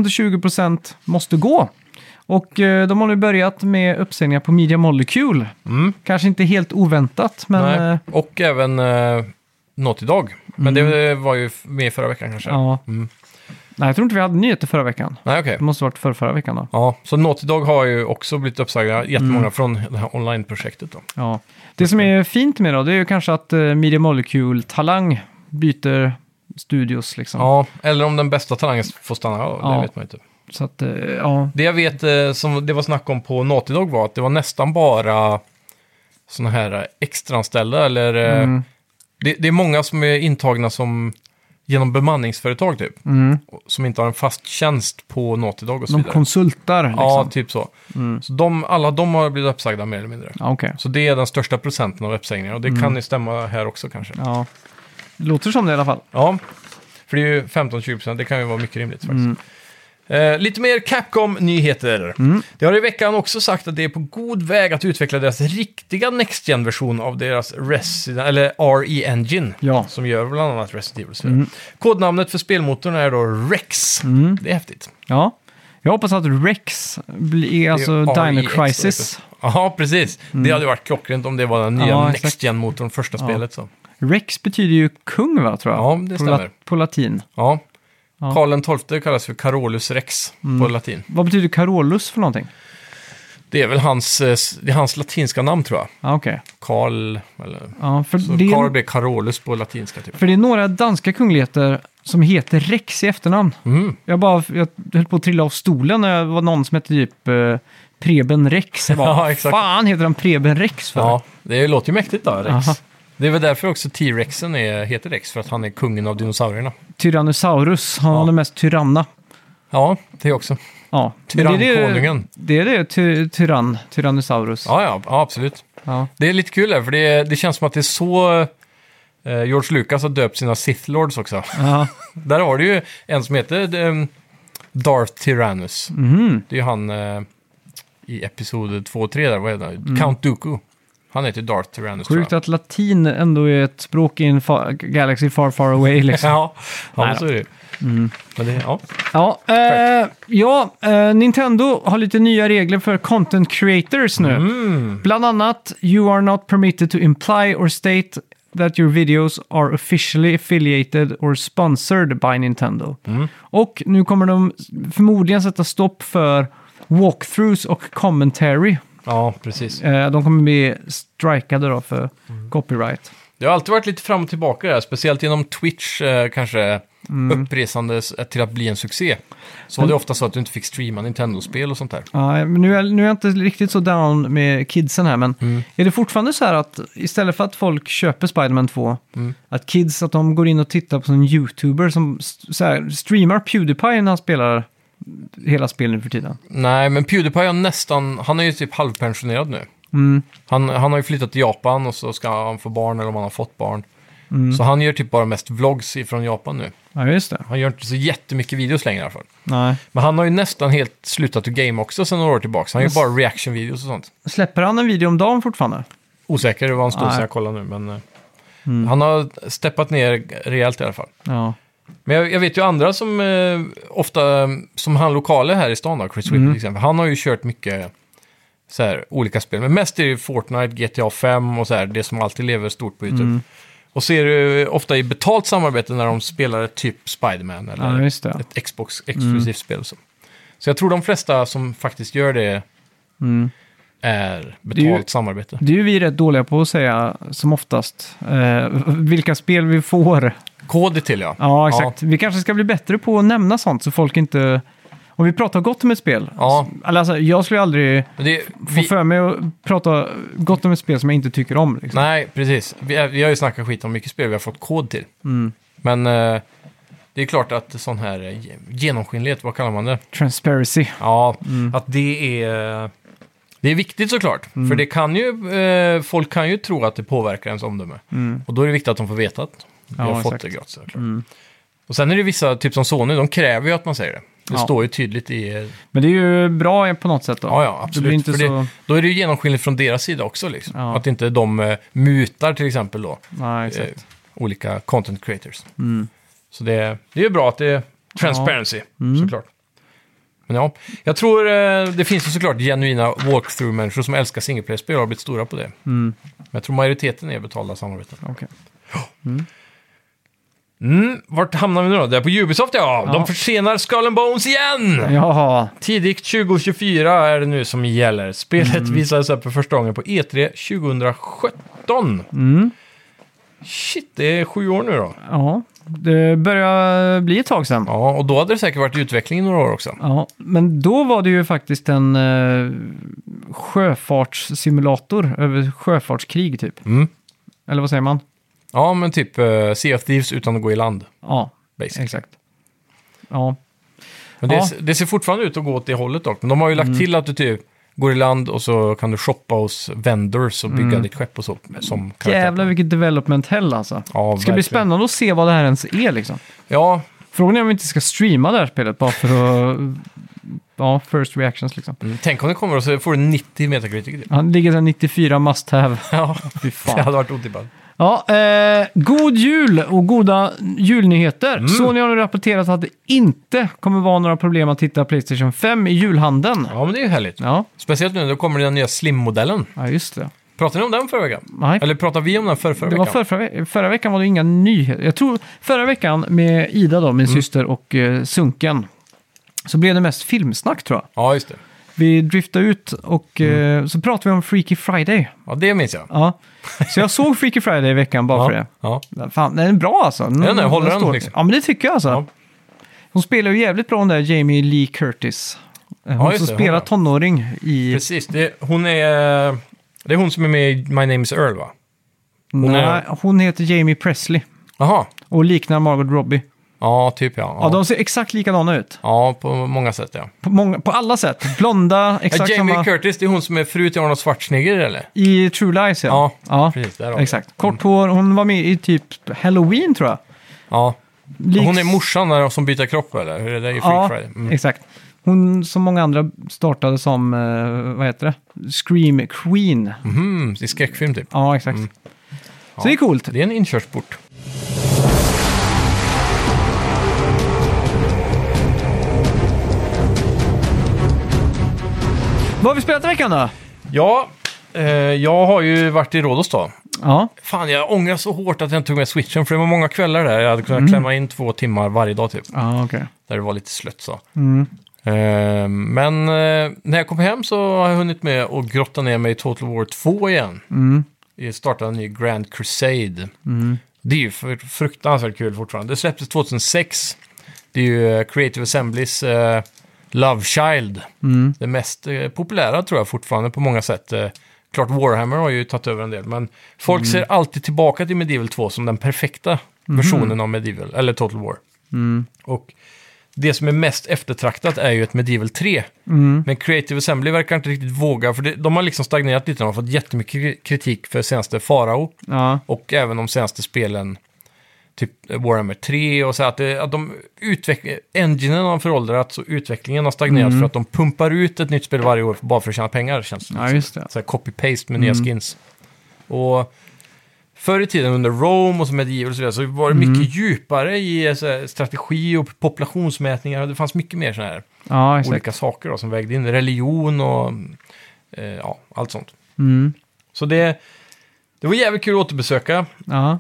15-20% måste gå. Och de har nu börjat med uppsägningar på Media Molecule. Kanske inte helt oväntat, men... Nej. Och även Naughty Dog. Men det var ju med förra veckan kanske. Ja. Nej, jag tror inte vi hade nyheter förra veckan. Nej, okej. Det måste ha varit förra veckan då. Ja, så Naughty Dog har ju också blivit uppsagda jättemånga från det här online-projektet då. Ja. Det som är fint med det är ju kanske att Media Molecule-talang byter studios liksom. Ja, eller om den bästa talangen får stanna, det vet man inte. Så att, ja. Det jag vet som det var snack om på Naughty Dog var att det var nästan bara såna här extraanställda eller det är många som är intagna som genom bemanningsföretag typ. Som inte har en fast tjänst på Naughty Dog och så vidare. De konsultar liksom. Ja, typ så. Så alla de har blivit uppsagda mer eller mindre. Ja, okay. Så det är den största procenten av uppsägningar och det kan ju stämma här också kanske. Ja, det låter som det i alla fall. Ja, för det är ju 15-20%, det kan ju vara mycket rimligt faktiskt. Lite mer Capcom-nyheter. Det har i veckan också sagt att det är på god väg att utveckla deras riktiga Next Gen-version av deras RE-engine. Ja. Som gör bland annat Resident Evil. Kodnamnet för spelmotorn är då Rex. Det är häftigt. Ja, jag hoppas att Rex blir alltså Dino Crisis. Ja, precis. Det hade varit klockrent om det var den nya Next Gen-motorn, första spelet. Så. Rex betyder ju kung, va, tror jag? Ja, det stämmer. På latin. Ja. Karl XII kallas för Carolus Rex på latin. Vad betyder Carolus för någonting? Det är väl hans latinska namn tror jag. Ah, okej. Karl, eller... Ja, för så det... Karl blir Carolus på latinska typ. För det är några danska kungligheter som heter Rex i efternamn. Jag höll på att trilla av stolen när jag var någon som hette typ Preben Rex. Jag bara, Ja, exakt. fan heter han Preben Rex för? Ja, det låter ju mäktigt då, Rex. Aha. Det är väl därför också T-Rexen heter Rex, för att han är kungen av dinosaurierna. Tyrannosaurus, han är mest tyranna. Ja, det också. Ja. Tyrannkonungen. Det är det, Tyrannosaurus. Ja, absolut. Ja. Det är lite kul där, för det känns som att det är så George Lucas har döpt sina Sith Lords också. Ja. Där har du ju en som heter Darth Tyrannus. Det är ju han i episod 2 och 3 där, vad heter han? Count Dooku. Han heter Darth Tyrannus, tror Sjukt jag. att latin ändå är ett språk i en galaxy far, far away liksom. Ja, Nej men så är det ju. Men det, Nintendo har lite nya regler för content creators nu. Bland annat, you are not permitted to imply or state that your videos are officially affiliated or sponsored by Nintendo. Och nu kommer de förmodligen sätta stopp för walkthroughs och commentary. Ja, precis. De kommer bli strikade då för copyright. Det har alltid varit lite fram och tillbaka där, speciellt genom Twitch kanske uppresande till att bli en succé. Så var det ofta så att du inte fick streama Nintendo-spel och sånt där. Ja, men nu är jag inte riktigt så down med kidsen här, men är det fortfarande så här att istället för att folk köper Spider-Man 2, att kids att de går in och tittar på en YouTuber som så här, streamar PewDiePie när han spelar hela spelet för tiden? Nej, men PewDiePie han är ju typ halvpensionerad nu. Han har ju flyttat till Japan och så ska han få barn eller om han har fått barn. Så han gör typ bara mest vlogs från Japan nu. Ja, just det. Han gör inte så jättemycket videos längre i alla fall. Nej. Men han har ju nästan helt slutat att game också sedan några år tillbaka. Han gör bara reaction-videos och sånt. Släpper han en video om dagen fortfarande? Osäker vad han står så jag kollar nu, men han har steppat ner rejält i alla fall. Ja. Men jag vet ju andra som ofta, som han lokaler här i stan då, Chris Whip till exempel. Han har ju kört mycket så här, olika spel. Men mest är det Fortnite, GTA 5 och så här, det som alltid lever stort på YouTube. Och ser du ofta i betalt samarbete när de spelar ett typ Spider-Man eller ett Xbox-exklusivt spel. Och så jag tror de flesta som faktiskt gör det är betalt samarbete. Det är ju vi rätt dåliga på att säga som oftast vilka spel vi får. Kod till, ja. Ja, exakt. Vi kanske ska bli bättre på att nämna sånt så folk inte... Om vi pratar gott om ett spel. Ja. Alltså, jag skulle aldrig få för mig att prata gott om ett spel som jag inte tycker om. Liksom. Nej, precis. Vi har ju snackat skit om mycket spel vi har fått kod till. Men det är klart att sån här genomskinlighet, vad kallar man det? Transparency. Ja, att det är viktigt såklart. För det kan ju, folk kan ju tro att det påverkar ens omdöme. Och då är det viktigt att de får veta att vi har fått det gratis. Och sen är det vissa, typ som Sony, de kräver ju att man säger det. Det står ju tydligt i... Men det är ju bra på något sätt då. Ja, absolut. Det blir inte så... då är det ju genomskinligt från deras sida också. Liksom. Att inte de mutar till exempel då. Nej, exakt. Olika content creators. Så det är ju bra att det är transparency, såklart. Men ja, jag tror det finns ju såklart genuina walkthrough-människor som älskar singleplayer-spel och har blivit stora på det. Men jag tror majoriteten är betalda samarbeten. Okej. Vart hamnar vi nu då? Det är på Ubisoft, ja. De försenar Skull and Bones igen! Jaha. Tidigt 2024 är det nu som gäller. Spelet visades upp för första gången på E3 2017. Shit, det är 7 år nu då. Ja, det börjar bli ett tag sedan. Ja, och då hade det säkert varit utveckling i några år också. Ja, men då var det ju faktiskt en sjöfartssimulator över sjöfartskrig typ. Eller vad säger man? Ja, men typ Sea of Thieves utan att gå i land. Ja, basically. Exakt. Ja. Men det ser fortfarande ut att gå åt det hållet dock. Men de har ju lagt till att du typ går i land och så kan du shoppa hos vendors och bygga ditt skepp och så. Som jävlar vilket development hell alltså. Ja, det ska bli spännande att se vad det här ens är liksom. Ja. Frågan är om vi inte ska streama det här spelet bara för att... Ja, first reactions liksom. Tänk om det kommer och så får du 90 Metacritic. Han ligger där 94 must have. Ja, fy fan. Det hade varit otippat. Ja, god jul och goda julnyheter. Sony har nu rapporterat att det inte kommer vara några problem att hitta PlayStation 5 i julhandeln. Ja, men det är ju härligt. Ja. Speciellt nu, då kommer den nya Slim-modellen. Ja, just det. Pratade ni om den förra veckan? Nej. Eller pratade vi om den förra veckan? Förra veckan var det inga nyheter. Jag tror förra veckan med Ida då, min syster och Sunken, så blev det mest filmsnack tror jag. Ja, just det. Vi driftade ut och så pratade vi om Freaky Friday. Ja, det minns jag. Ja. Så jag såg Freaky Friday i veckan bara för det. Ja. Fan, den är bra alltså. Den håller den liksom. Ja, men det tycker jag alltså. Ja. Hon spelar ju jävligt bra den där Jamie Lee Curtis. Hon som spelar tonåring i... Precis, det är hon som är med i My Name is Earl, va? Hon heter Jamie Presley. Jaha. Och liknar Margot Robbie. Ja, typ ja. De ser exakt likadana ut. Ja, på många sätt, ja. På alla sätt. Blonda, exakt Jamie samma... Curtis, det är hon som är fru till Arnold Schwarzenegger, eller? I True Lies, ja. Ja, precis. Där exakt. Kort hår. Hon var med i typ Halloween, tror jag. Ja. Hon är morsan som byter kropp, eller? Hur är det i Freak Friday? Exakt. hon som många andra startade som, vad heter det? Scream Queen. Det är skräckfilm typ. Ja, exakt. Så det är coolt. Det är en inkörsport. Vad har vi spelat i veckan då? Ja, jag har ju varit i Rhodos då. Ja. Fan, jag ångrar så hårt att jag inte tog med Switchen, för det var många kvällar där. Jag hade kunnat klämma in 2 timmar varje dag typ. Ja, okej. Där det var lite slött så. Men när jag kom hem så har jag hunnit med att grotta ner mig i Total War 2 igen. Jag startade en ny Grand Crusade. Det är ju fruktansvärt kul fortfarande. Det släpptes 2006. Det är ju Creative Assemblies Love Child. Det mest populära tror jag fortfarande på många sätt. Klart Warhammer har ju tagit över en del, men folk ser alltid tillbaka till Medieval 2 som den perfekta versionen av Medieval, eller Total War. Och det som är mest eftertraktat är ju ett Medieval 3. Men Creative Assembly verkar inte riktigt våga, för de har liksom stagnerat lite. De har fått jättemycket kritik för senaste Farao. Ja. Och även de senaste spelen, typ Warhammer 3 och så att de enginen har föråldrats och utvecklingen har stagnerat för att de pumpar ut ett nytt spel varje år bara för att tjäna pengar, känns det. Ja, just det. Så här copy-paste med nya skins. Och förr i tiden under Rome och så Medieval och så vidare, så var det mycket djupare i så här, strategi och populationsmätningar, och det fanns mycket mer sådana här olika saker då, som vägde in religion och allt sånt. Så det var jävligt kul att återbesöka. Ja.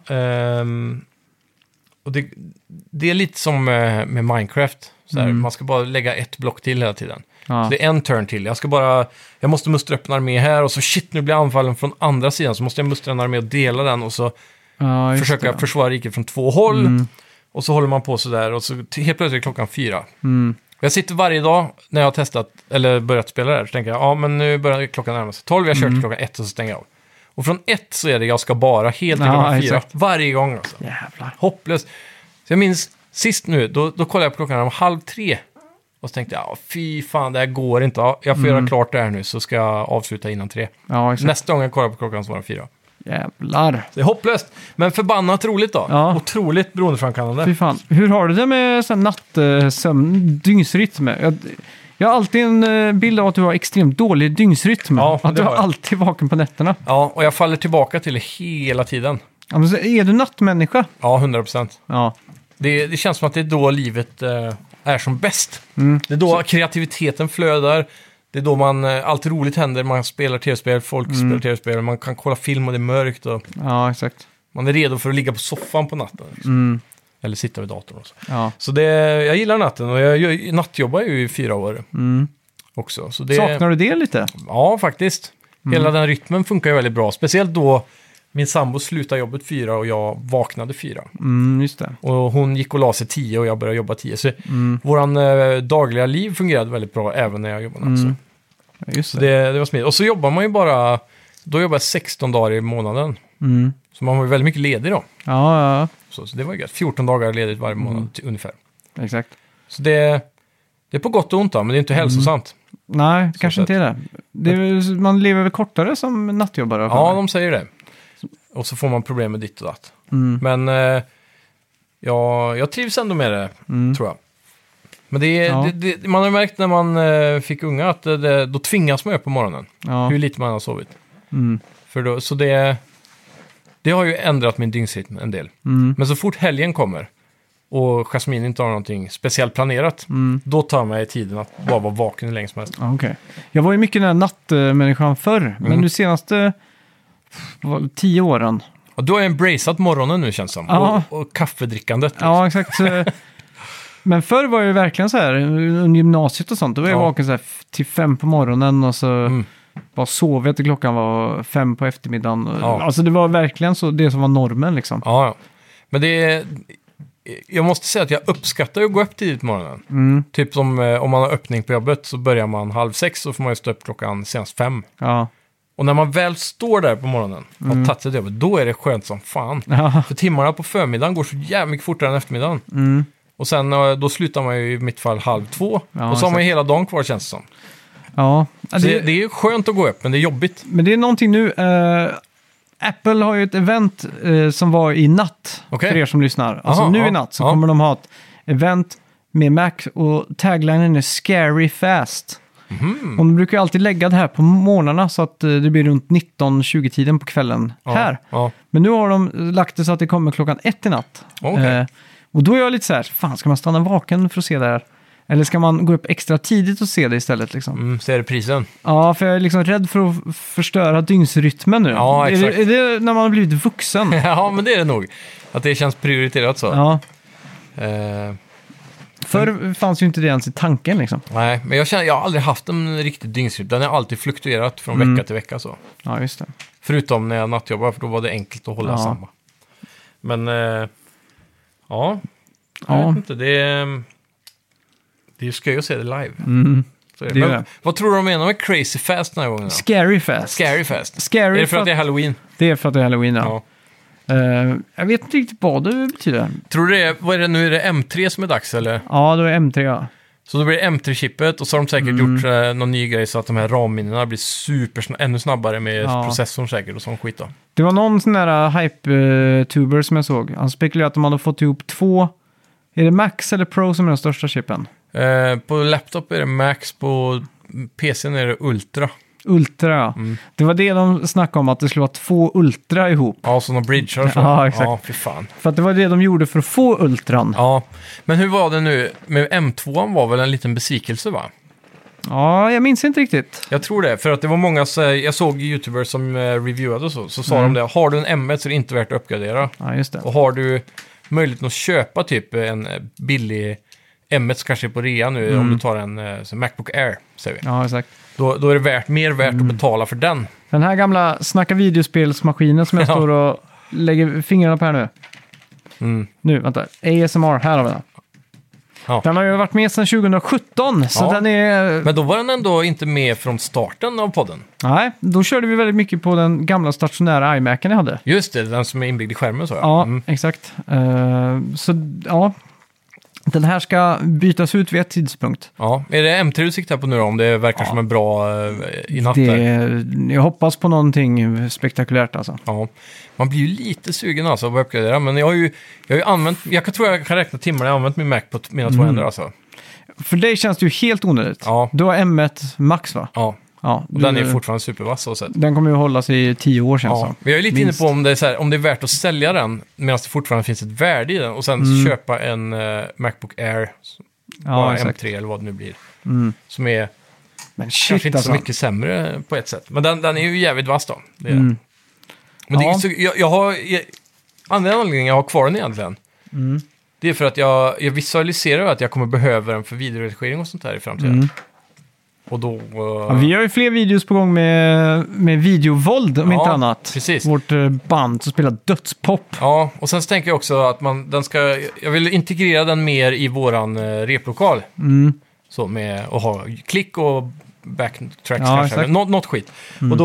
Och det är lite som med Minecraft. Så här, man ska bara lägga ett block till hela tiden. Ja. Så det är en turn till. Jag måste mustra upp en armé här, och så nu blir jag anfallen från andra sidan. Så måste jag mustra en armé och dela den, och så försöka försvara riket från 2 håll. Och så håller man på sådär, och så helt plötsligt är klockan 4. Jag sitter varje dag när jag har testat, eller börjat spela där, så tänker jag, men nu börjar klockan närma sig 12, jag kör till klockan 1 och så stänger jag av. Och från 1 så är det jag ska bara helt till klockan 4. Exakt. Varje gång alltså. Jävlar. Hopplöst. Så jag minns sist nu, då kollade jag på klockan om 2:30. Och så tänkte jag, fy fan, det här går inte. Ja, jag får göra klart det här nu, så ska jag avsluta innan 3. Ja, exakt. Nästa gång jag kollar på klockan så var det 4. Jävlar. Det är hopplöst, men förbannat roligt då. Ja. Otroligt beroendeframkallande. Fy fan. Hur har du det med nattsömn, dygnsrytm? Jag har alltid en bild av att du har extremt dålig dygnsrytm. Ja, att det du har är jag. alltid vaken på nätterna. Ja, och jag faller tillbaka till det hela tiden. Ja, men så är du nattmänniska? Ja, 100%. Ja. Det känns som att det är då livet är som bäst. Det är då kreativiteten flödar. Det är då allt roligt händer. Man spelar tv-spel, folk spelar tv-spel. Man kan kolla film och det är mörkt. Och Ja, exakt. man är redo för att ligga på soffan på natten. Liksom. Eller sitta vid datorn. Och så. Ja. Så jag gillar natten, och jag nattjobbar ju i 4 år också. Så Saknar du det lite? Ja, faktiskt. Hela den rytmen funkar ju väldigt bra. Speciellt då min sambo slutade jobbet 4 och jag vaknade 4. Just det. Och hon gick och la sig 10 och jag började jobba 10. Så våran dagliga liv fungerade väldigt bra även när jag jobbade natt. Just Så det. det var smidigt. Och så jobbar man ju bara... Då jobbar jag 16 dagar i månaden. Så man var ju väldigt mycket ledig då. Ja, Så det var ju gött. 14 dagar ledigt varje månad ungefär. exakt. Så det är på gott och ont då, men det är inte hälsosamt. Nej, kanske inte är det. Man lever väl kortare som nattjobbare? Ja, de säger det. Och så får man problem med ditt och datt. Men jag trivs ändå med det, tror jag. Men man har märkt när man fick unga att då tvingas man upp på morgonen. Ja. Hur lite man har sovit. Så det har ju ändrat min dygnsrytm en del. Men så fort helgen kommer och Jasmine inte har någonting speciellt planerat, då tar mig tiden att bara vara vaken hur länge som helst. Ja, okej. Jag var ju mycket den här nattmänniskan förr, men nu senaste 10 åren. Och du har ju embraceat morgonen nu, känns som. Ja. Och kaffedrickandet. Liksom. Ja, exakt. Men förr var jag ju verkligen så här, under gymnasiet och sånt, då var jag vaken så här till 5 på morgonen och så bara sov jag till klockan var 5 på eftermiddagen. Ja. Alltså det var verkligen så det som var normen liksom. Ja. Men jag måste säga att jag uppskattar att gå upp tidigt på morgonen. Typ som om man har öppning på jobbet så börjar man 5:30, så får man ju stå upp klockan senast 5. Ja. Och när man väl står där på morgonen och har tagit sig till jobbet, då är det skönt som fan. Ja. För timmarna på förmiddagen går så jävla mycket fortare än eftermiddagen. Och sen då slutar man ju i mitt fall 1:30. Ja, och så har man ju hela dagen kvar, känns det som. Ja. Så det är ju skönt att gå upp, men det är jobbigt. Men det är någonting nu. Apple har ju ett event som var i natt, Okej. för er som lyssnar. Alltså Aha, nu ja, i natt så ja. kommer de ha ett event med Mac och taglinen är Scary Fast. Mhm. Och de brukar ju alltid lägga det här på morgnarna så att det blir runt 19-20-tiden på kvällen här. Ja. Men nu har de lagt det så att det kommer klockan 1 i natt. Okej. Och då är jag lite så här, fan ska man stanna vaken för att se det här? Eller ska man gå upp extra tidigt och se det istället liksom? Så är det prisen. Ja, för jag är liksom rädd för att förstöra dygnsrytmen nu. Ja, exakt. Är det när man har blivit vuxen? Ja, men det är det nog. Att det känns prioriterat så. Ja, Eh, förr fanns ju inte det ens i tanken liksom. nej, men jag har aldrig haft en riktig dygnsrytm. Den har alltid fluktuerat från vecka till vecka så. Ja, just det. Förutom när jag nattjobbar, för då var det enkelt att hålla Ja. samma. Men, ja. Jag Ja. vet inte, det är ju skoj att se det live. Så är det. Det är Men det. vad tror du de menar med crazy fast den här gången då? Scary Fast. Scary fast. Scary Är det för att det är Halloween? Det är för att det är Halloween, ja. Ja. Jag vet inte riktigt vad det betyder. Tror du det är, vad är det nu, är det M3 som är dags eller? Ja, då är M3, ja. Så då blir det M3-chippet och så har de säkert gjort någon ny grej så att de här RAM-minnena blir ännu snabbare med Ja. processorn säkert och sån skit då. Det var någon sån där hype-tuber som jag såg. Han spekulerade att de hade fått ihop 2... Är det Max eller Pro som är den största chippen? På laptop är det Max, på PCn är det Ultra. Ultra, ja. Det var det de snackade om, att det skulle vara 2 Ultra ihop. Ja, sådana bridgar så. Ja, exakt. Ja, fy fan. För att det var det de gjorde för att få Ultran. Ja, men hur var det nu? Med M2 var väl en liten besvikelse va? Ja, jag minns inte riktigt. Jag tror det, för att det var många, jag såg YouTubers som reviewade och så sa de det. Har du en M1 så är det inte värt att uppgradera. Ja, just det. Och har du möjligheten att köpa typ en billig M1 så kanske på rea nu, om du tar en så Macbook Air, säger vi. Ja, exakt. Då är det mer värt att betala för den. Den här gamla snacka videospelsmaskinen som jag står och lägger fingrarna på här nu. Nu, vänta. ASMR, här har vi den. Ja. Den har ju varit med sedan 2017, så Ja. den är... Men då var den ändå inte med från starten av podden. Nej, då körde vi väldigt mycket på den gamla stationära iMacen jag hade. Just det, den som är inbyggd i skärmen så Ja, exakt. Så, ja. Den här ska bytas ut vid ett tidspunkt. Ja, är det M3 du siktar på nu då, om det verkar som en bra i natt där? Jag hoppas på någonting spektakulärt alltså. Ja, man blir ju lite sugen alltså på att uppgradera, men jag har ju använt, tror jag kan räkna timmar jag har använt min Mac på mina 2 händer alltså. För dig känns det ju helt onödigt. Ja. Du har M1 Max va? Ja, Ja. och den är fortfarande supervass så sett. Den kommer ju hålla sig i 10 år sedan. Ja, Så. men jag är lite Minst. inne på om det är, så här, om det är värt att sälja den medan det fortfarande finns ett värde i den och sen köpa en Macbook Air, bara exakt. M3 eller vad det nu blir, som är Men shit kanske inte alltså. så mycket sämre på ett sätt. Men den är ju jävligt vass då. Det är den. Men det är Ja. så, jag har, anledningen jag har kvar den egentligen, det är för att jag visualiserar att jag kommer behöva den för videoredigering och sånt där i framtiden. Och då... Ja, vi har ju fler videos på gång med videovåld om Ja, inte annat. precis. Vårt band som spelar dödspop. Ja, och sen så tänker jag också att jag vill integrera den mer i våran replokal. Så med att ha klick och backtracks Ja, kanske, exakt. något skit. Och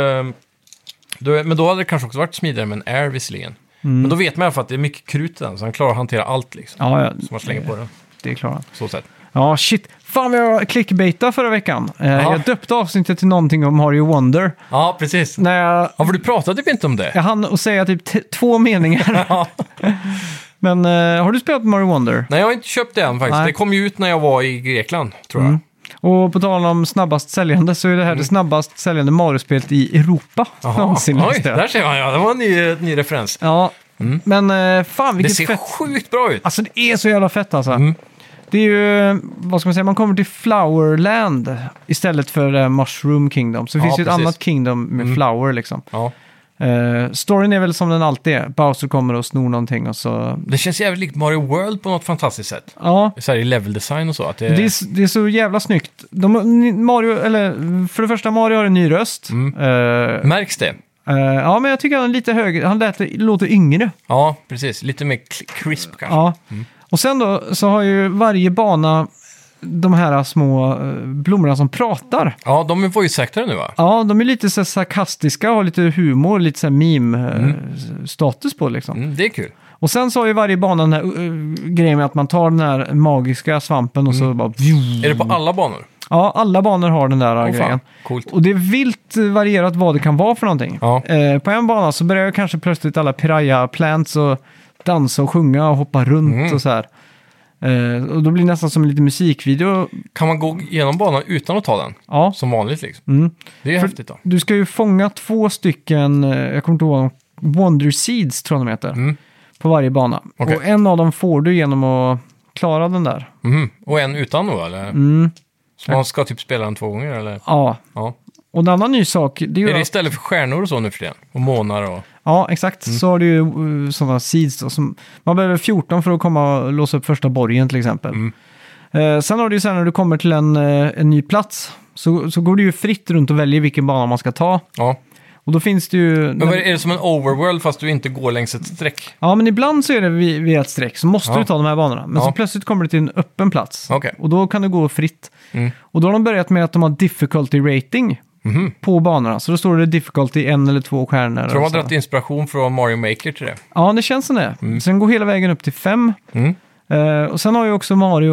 men då hade det kanske också varit smidigare med en Air visserligen. Men då vet man i alla fall att det är mycket krut i den, så han klarar att hantera allt liksom. Ja, Som man slänger på den, det är klart. så sätt. Ja, shit. Fan vad jag clickbaitade förra veckan. Jag döpte avsnittet till någonting om Mario Wonder. Ja, precis. När jag Ja, för du pratade typ inte om det. Jag hann att säga typ 2 meningar. Ja. Men har du spelat Mario Wonder? Nej, jag har inte köpt det än faktiskt. Nej. Det kom ju ut när jag var i Grekland, tror jag. Och på tal om snabbast säljande så är det här det snabbast säljande Mario-spelet i Europa. Jaha. Någonsin. Oj, läste jag. där ser man. Ja, det var en ny referens. Ja, men fan Det vilket ser fett. sjukt bra ut. Alltså det är så jävla fett alltså. Det är ju, vad ska man säga, man kommer till Flowerland istället för Mushroom Kingdom. Så Ja, finns ju ett precis. annat Kingdom med Flower liksom. Ja. Storyn är väl som den alltid är. Bowser kommer och snor någonting och så... Det känns jävligt likt Mario World på något fantastiskt sätt. Ja, Så här i level design och så. Att det är så jävla snyggt. För det första, Mario har en ny röst. Märks det? Ja, men jag tycker han är lite högre. Han låter yngre. Ja, precis. Lite mer crisp kanske. Ja. Och sen då så har ju varje bana de här små blommorna som pratar. Ja, de är voice-actare nu va? Ja, de är lite så här sarkastiska och har lite humor, lite så här meme-status på liksom. Det är kul. Och sen så har ju varje bana den här grejen med att man tar den här magiska svampen och så bara... Är det på alla banor? Ja, alla banor har den där Åh, grejen. fan. Coolt. Och det är vilt varierat vad det kan vara för någonting. Ja. På en bana så börjar kanske plötsligt alla piraya plants och dansa och sjunga och hoppa runt och så här. Och då blir det nästan som en liten musikvideo. Kan man gå igenom banan utan att ta den? Ja. Som vanligt liksom. Mm. Det är häftigt då. Du ska ju fånga 2 stycken, jag kommer inte ihåg, Wonder Seeds tror jag de heter, på varje bana. Okej. Och en av dem får du genom att klara den där. Och en utan då, eller? Så man ska typ spela den 2 gånger, eller? Ja. Ja. Och en annan ny sak, det är ju... Är det istället för stjärnor och så nu för det? Och månar och... Ja, exakt. Så har du ju sådana seeds då, som... Man behöver 14 för att komma och låsa upp första borgen till exempel. Sen har du ju sen när du kommer till en ny plats så går det ju fritt runt och väljer vilken bana man ska ta. Ja. Och då finns det ju... Men är det som en overworld fast du inte går längs ett streck? Ja, men ibland så är det vid ett streck så måste du ta de här banorna. Men så plötsligt kommer du till en öppen plats. Okej. Och då kan du gå fritt. Och då har de börjat med att de har difficulty rating på banorna. Så då står det difficulty 1 eller 2 stjärnor. Tror de har dragit inspiration från Mario Maker till det? Ja, det känns som det. Sen går hela vägen upp till 5. Och sen har ju också Mario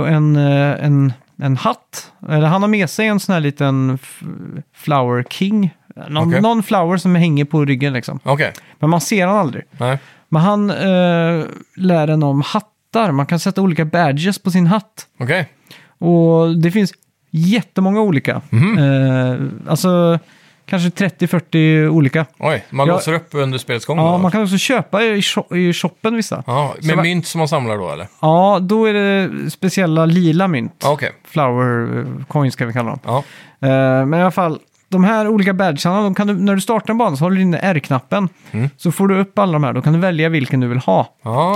en hatt. Eller han har med sig en sån här liten Flower King. Någon flower som hänger på ryggen liksom. Okej. Men man ser han aldrig. Nej. Men han lär en om hattar. Man kan sätta olika badges på sin hatt. Okej. Och det finns jättemånga olika. Alltså kanske 30-40 olika. Oj, man låser upp under spelets gång Ja, då? man kan också köpa i shoppen vissa. Ja, med mynt som man samlar då, eller? Ja, då är det speciella lila mynt. Ja, okej. Flower coins ska vi kalla dem. Ja. Men i alla fall, de här olika badgerna, de kan du, när du startar en bana så håller du inne R-knappen. Så får du upp alla de här, då kan du välja vilken du vill ha.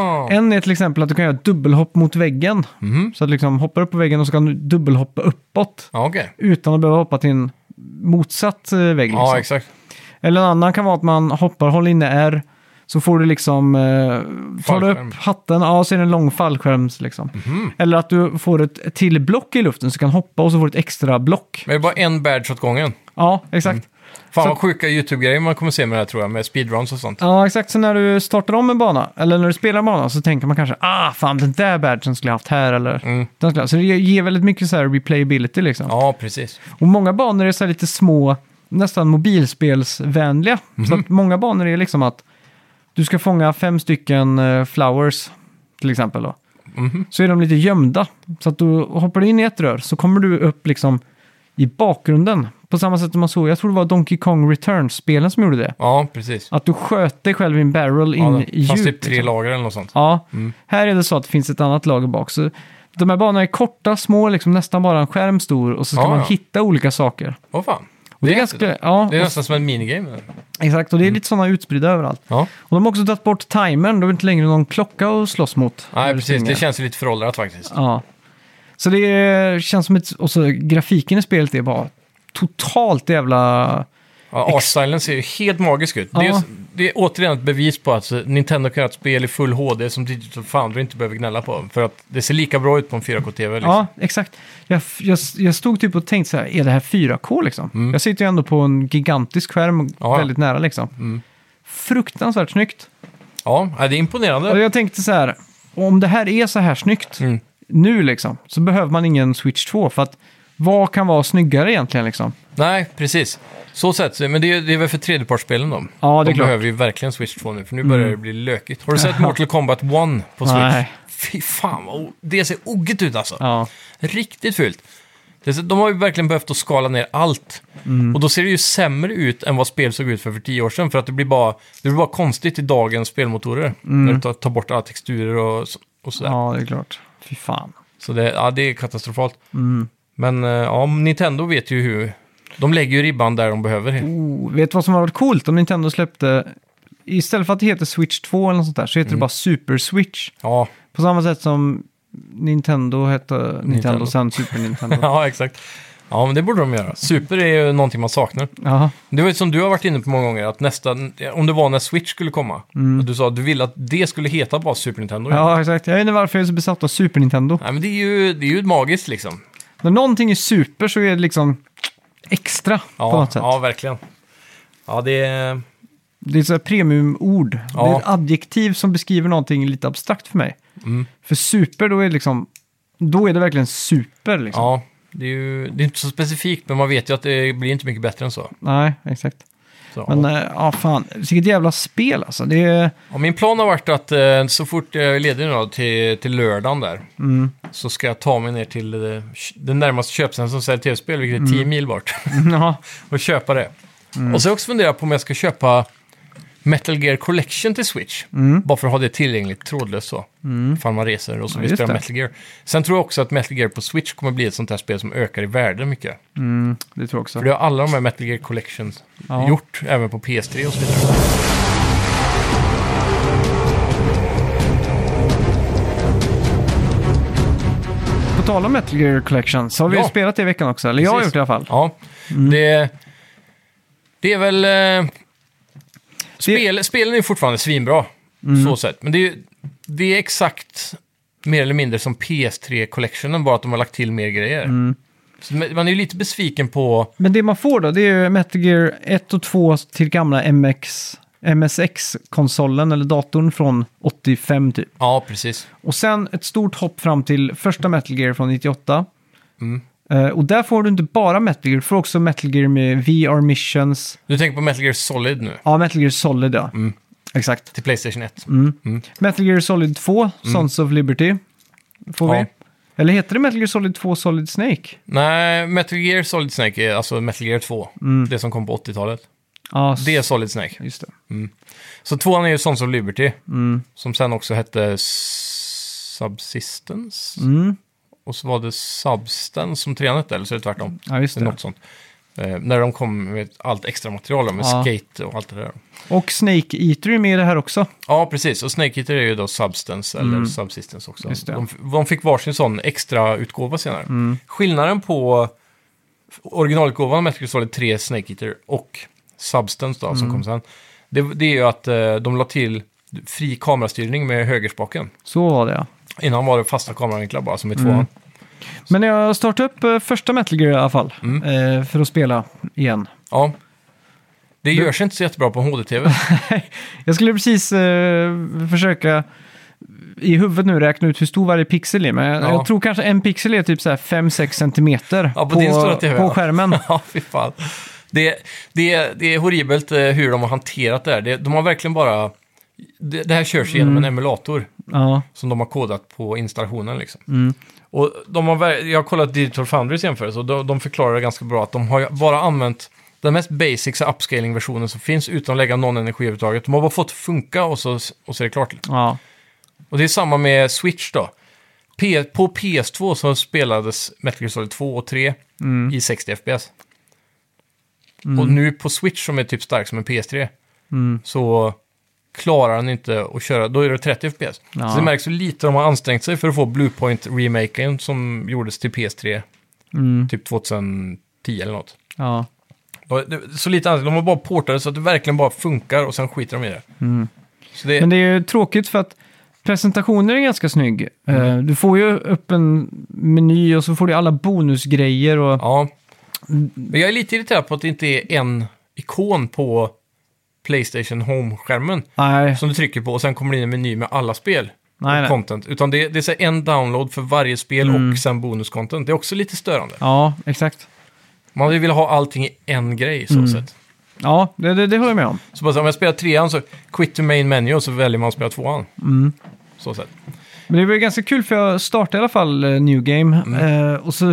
En är till exempel att du kan göra dubbelhopp mot väggen. Så att liksom hoppar upp på väggen och så kan du dubbelhoppa uppåt. Ja, okej. Utan att behöva hoppa till en motsatt vägg. Liksom. Ja, exakt. Eller en annan kan vara att man hoppar, håller inne R. Så får du liksom, tar du upp hatten, ja så är det en lång fallskärms liksom. Eller att du får ett till block i luften så du kan hoppa och så får du ett extra block. Men det är bara en badge åt gången. Ja, exakt. Fan Så- vad sjuka YouTube-grejer man kommer se med det här tror jag, med speedruns och sånt. Ja, exakt. Så när du startar om en bana, eller när du spelar en bana, så tänker man kanske, fan den där badgen skulle jag haft här, eller den skulle. Så det ger väldigt mycket så här replayability liksom. Ja, precis. Och många banor är så här lite små, nästan mobilspelsvänliga. Så att många banor är liksom att du ska fånga 5 stycken flowers, till exempel då. Så är de lite gömda. Så att du hoppar in i ett rör så kommer du upp liksom i bakgrunden. På samma sätt som man såg, jag tror det var Donkey Kong Returns-spelen som gjorde det. Ja, precis. Att du sköt dig själv i en barrel in Ja, i fast djup. typ 3 liksom. lager eller något sånt. Ja, här är det så att det finns ett annat lager bak. Så de här banorna är korta, små, liksom nästan bara en skärm stor. Och så ska Ja, man ja. hitta olika saker. Åh fan. Och det är häftigt. ganska, ja, Det är nästan som en minigame. Eller? exakt. Och det är lite sådana utspridda överallt. Ja. Och de har också tagit bort timern. Då är det inte längre någon klocka att slåss mot. Nej, när du precis. springer. Det känns ju lite föråldrat faktiskt. Ja. Så det känns som ett... Och så grafiken i spelet är bara totalt jävla... Ja, artstylen ser ju helt magisk ut. Ja. Det är återigen ett bevis på att Nintendo kan göra ett spel i full HD som Digital Foundry inte behöver gnälla på. För att det ser lika bra ut på en 4K-TV. Liksom. Ja, exakt. Jag stod typ och tänkte så här, är det här 4K liksom? Jag sitter ju ändå på en gigantisk skärm Ja. väldigt nära liksom. Fruktansvärt snyggt. Ja, det är imponerande. Och jag tänkte så här, om det här är så här snyggt nu liksom, så behöver man ingen Switch 2. För att vad kan vara snyggare egentligen liksom? Nej, precis. Så sett, men det är väl för tredjepartsspelen då. Ja, det är de klart. behöver ju verkligen Switch 2 nu, för nu börjar det bli lökigt. Har du sett Mortal Kombat 1 på Switch? Nej. Fy fan, det ser oget ut alltså. Ja. Riktigt fult. De har ju verkligen behövt att skala ner allt. Och då ser det ju sämre ut än vad spel såg ut för 10 år sedan. För att det blir bara konstigt i dagens spelmotorer. När du tar bort alla texturer och sådär. Ja, det är klart. Fy fan. Så det är katastrofalt. Men ja, Nintendo vet ju hur... De lägger ju ribban där de behöver. Vet du vad som har varit coolt om Nintendo släppte... Istället för att det heter Switch 2 eller något sånt där så heter det bara Super Switch. Ja, På samma sätt som Nintendo hette Nintendo sen Super Nintendo. ja, exakt. Ja, men det borde de göra. Super är ju någonting man saknar. Ja, Det var ju som du har varit inne på många gånger, att om det var när Switch skulle komma, att du sa att du ville att det skulle heta bara Super Nintendo. ja, exakt. Jag vet inte varför jag är så besatt av Super Nintendo. Nej, men det är ju magiskt liksom. När någonting är super så är det liksom extra på något sätt. Ja, verkligen. Ja, det är... Det är ett sådär premiumord. Ja. Det är ett adjektiv som beskriver någonting lite abstrakt för mig. För super, då är det liksom... Då är det verkligen super liksom. Ja, det är inte så specifikt, men man vet ju att det blir inte mycket bättre än så. Nej, exakt. Så, Men ja, fan. Vilket jävla spel alltså. Det är... ja, min plan har varit att så fort jag är ledig nu då, till lördagen där, så ska jag ta mig ner till den närmaste köpcentrum som säljer tv-spel, vilket är 10 mil bort, Ja. och köpa det. Och så har jag också funderat på om jag ska köpa Metal Gear Collection till Switch. Bara för att ha det tillgängligt trådlöst så. Ifall man reser och så vill just spela det. Metal Gear. Sen tror jag också att Metal Gear på Switch kommer bli ett sånt här spel som ökar i värde mycket. Det tror jag också. För det har alla de här Metal Gear Collections Ja. gjort, även på PS3 och så vidare. På tal om Metal Gear Collection så har vi ju Ja. spelat det i veckan också. Eller jag har Precis. gjort det i alla fall. Ja, det är väl... Spelen är fortfarande svinbra, så sätt. Men det är exakt mer eller mindre som PS3-collectionen, bara att de har lagt till mer grejer. Så man är ju lite besviken på... Men det man får då, det är ju Metal Gear 1 och 2 till gamla MSX-konsolen eller datorn från 85 typ. Ja, precis. Och sen ett stort hopp fram till första Metal Gear från 98. Och där får du inte bara Metal Gear, du får också Metal Gear med VR Missions. Du tänker på Metal Gear Solid nu, Ja, Metal Gear Solid, ja. Exakt. till PlayStation 1. Metal Gear Solid 2, Sons of Liberty, får Ja. vi. Eller heter det Metal Gear Solid 2 Solid Snake? Nej, Metal Gear Solid Snake är alltså Metal Gear 2. Det som kom på 80-talet. Ja, Det är Solid Snake. just det. Så tvåan är ju Sons of Liberty, som sen också hette Subsistence. Och så var det Substance som trean hette, eller så är det tvärtom. Ja, just Det är det. något sånt. När de kom med allt extra material med Ja. skate och allt det där. Och Snake Eater är med i det här också. Ja, precis. Och Snake Eater är ju då Substance eller Subsistence också. Just det. De fick varsin sån extra utgåva senare. Skillnaden på originalutgåvan av Metal Gear Solid 3 Snake Eater och Substance då, som kom sen, det är ju att de la till fri kamerastyrning med högerspaken. Så var det, ja. Innan var det fasta kameravinklar bara, som i tvåan. Men jag startade upp första Metal Gear i alla fall. För att spela igen. Ja. Det görs inte så jättebra på en HD-TV. Jag skulle precis försöka i huvudet nu räkna ut hur stor varje pixel är. Men jag tror kanske en pixel är typ så här 5-6 centimeter Ja, på din stora TV, på ja. skärmen. Ja, fy fan. Det är horribelt hur de har hanterat det här. De har verkligen bara... Det här körs genom en emulator Ja. som de har kodat på installationen liksom. Och jag har kollat Digital Foundries jämförelse och de förklarar det ganska bra att de har bara använt den mest basic upscaling-versionen som finns utan att lägga någon energi överhuvudtaget. De har bara fått funka och så är det klart. Ja. Och det är samma med Switch då. På PS2 så spelades Metal Gear Solid 2 och 3 i 60 FPS. Och nu på Switch som är typ stark som en PS3 så klarar den inte att köra, då är det 30 FPS. Ja. Så det märks så lite de har ansträngt sig för att få Bluepoint-remaken som gjordes till PS3 typ 2010 eller något. Ja. Så lite ansträngt, de har bara portat det så att det verkligen bara funkar och sen skiter de i det. Så det Men det är ju tråkigt för att presentationen är ganska snygg. Du får ju upp en meny och så får du alla bonusgrejer. Och... Ja. Men jag är lite irriterad på att det inte är en ikon på PlayStation Home-skärmen Nej. som du trycker på och sen kommer det in en meny med alla spel Nej, och nej. content. Utan det är så en download för varje spel och sen bonus-content. Det är också lite störande. Ja, exakt. Man vill ha allting i en grej så sett. Ja, det håller jag med om. Så bara, om jag spelar trean så quit to main menu och så väljer man att spela tvåan. Så sett. Men det var ju ganska kul för jag startade i alla fall New Game. Och så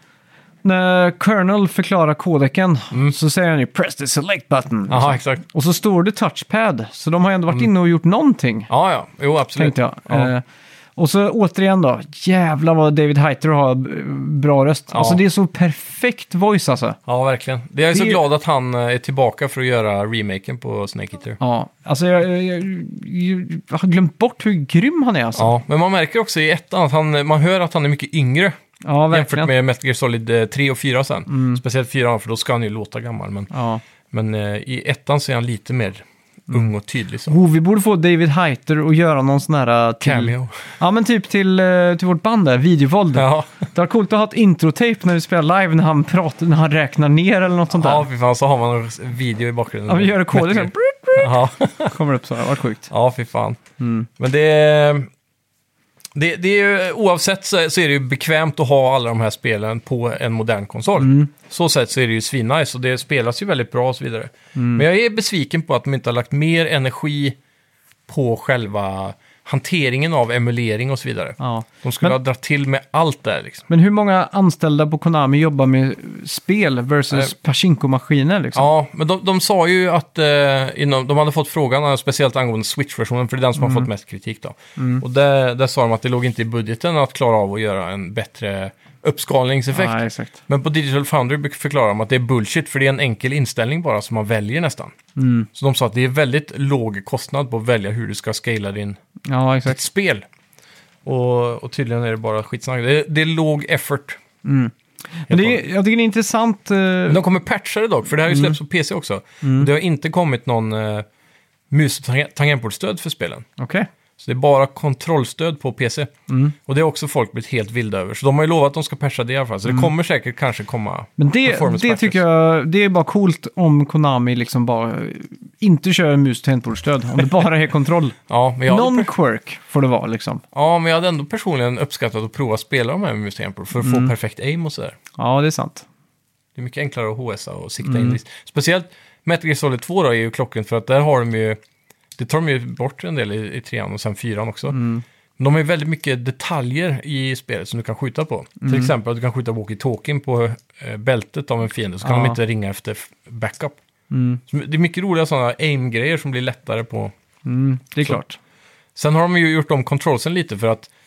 när Kernel förklarar kodeken så säger han ju press the select button. Jaha, exakt. Och så står det touchpad. Så de har ju ändå varit inne och gjort någonting, Ja. Jo, absolut. tänkte jag. Ja. Och så återigen då, jävlar vad David Hayter har bra röst. Ja. Alltså det är så perfekt voice alltså. Ja, verkligen. Jag är så Det- glad att han är tillbaka för att göra remaken på Snake Eater. Ja, alltså jag har glömt bort hur grym han är alltså. Ja, men man märker också i ettan att man hör att han är mycket yngre Ja, verkligen. jämfört med Metal Gear Solid 3 och 4 sen. Speciellt 4, för då ska han ju låta gammal. Ja. Men i ettan så är han lite mer ung och tydlig. Så. Vi borde få David Hayter att göra någon sån här... Cameo. Ja, men typ till vårt band där, videovåld. Ja, Det var coolt att ha ett introtape när vi spelar live, när han pratar, när han räknar ner eller något sånt där. ja fy fan, så har man en video i bakgrunden. Ja, vi gör det koden Metal så Gear. här, Ja, kommer upp så här, vad sjukt. ja, fy fan. Men det Det är ju, oavsett så är det ju bekvämt att ha alla de här spelen på en modern konsol. Så sätt så är det ju svinnice och det spelas ju väldigt bra och så vidare. Men jag är besviken på att de inte har lagt mer energi på själva hanteringen av emulering och så vidare. Ja. De skulle ha dragit till med allt där liksom. Men hur många anställda på Konami jobbar med spel versus Pachinko-maskiner liksom? Ja, men de sa ju att de hade fått frågan, speciellt angående Switch-versionen, för det är den som har fått mest kritik då. Och där sa de att det låg inte i budgeten att klara av att göra en bättre uppskalningseffekt. Ja, exakt. Men på Digital Foundry förklarar de att det är bullshit, för det är en enkel inställning bara som man väljer nästan. Så de sa att det är väldigt låg kostnad på att välja hur du ska scala Ja, ditt exakt. spel. Och tydligen är det bara skitsnack. Det är låg effort. Men jag tycker det är intressant. Men de kommer patcha det dock, för det här har ju släppts på PC också. Det har inte kommit någon mus- och tangentbordsstöd för spelen. Okej. Så det är bara kontrollstöd på PC. Och det är också folk blivit helt vilda över. Så de har ju lovat att de ska patcha det i alla fall. Så det kommer säkert kanske komma Men det performance tycker jag, det är bara coolt om Konami liksom bara inte kör mus- och tangentbordsstöd. Om det bara är kontroll. Ja, men Någon quirk får det vara liksom. ja, men jag hade ändå personligen uppskattat att prova att spela de här med mus och tangentbord för att få perfekt aim och sådär. Ja, det är sant. Det är mycket enklare att HSa och sikta in. Speciellt Metal Gear Solid 2 då är ju klockrent, för att där har de ju, det tar de ju bort en del i 3an och sen 4an också. Men de har ju väldigt mycket detaljer i spelet som du kan skjuta på. Till exempel att du kan skjuta walkie-talkien på bältet av en fiende, så kan de inte ringa efter backup. Så det är mycket roliga sådana aim-grejer som blir lättare på. Det är klart. Sen har de ju gjort om controlsen lite, för att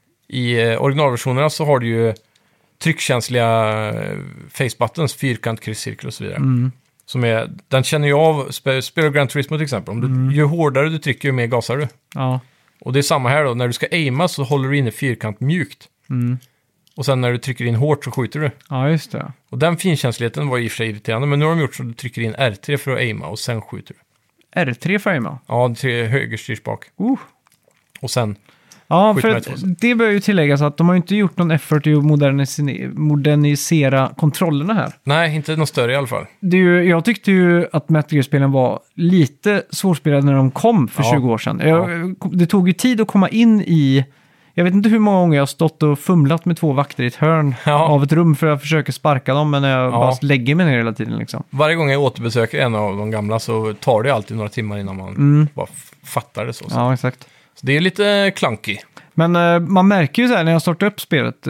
i originalversionerna så har du ju tryckkänsliga face buttons, fyrkant, kryss, cirkel och så vidare. Som är, den känner ju av, spelar Gran Turismo till exempel. Om ju hårdare du trycker, ju mer gasar du. Ja. Och det är samma här då, när du ska aima så håller du inne fyrkant mjukt. Och sen när du trycker in hårt så skjuter du. Ja, just det. Och den finkänsligheten var i och för sig irriterande, men nu har de gjort så att du trycker in R3 för att aima och sen skjuter du. R3 för aima. Ja, till höger styrs bak. Och sen... Ja, Skjut för med att ett det bör ju tilläggas att de har ju inte gjort någon effort i att modernisera kontrollerna här. Nej, inte något större i alla fall. Det är ju, jag tyckte ju att Metal Gear-spelen var lite svårspelade när de kom för 20 år sedan. Det tog ju tid att komma in i... Jag vet inte hur många gånger jag har stått och fumlat med 2 vakter i ett hörn av ett rum för att försöka sparka dem, men jag bara lägger mig ner hela tiden liksom. Varje gång jag återbesöker en av de gamla så tar det alltid några timmar innan man bara fattar det så. Ja, exakt. Så det är lite clunky. Men man märker ju så här när jag startar upp spelet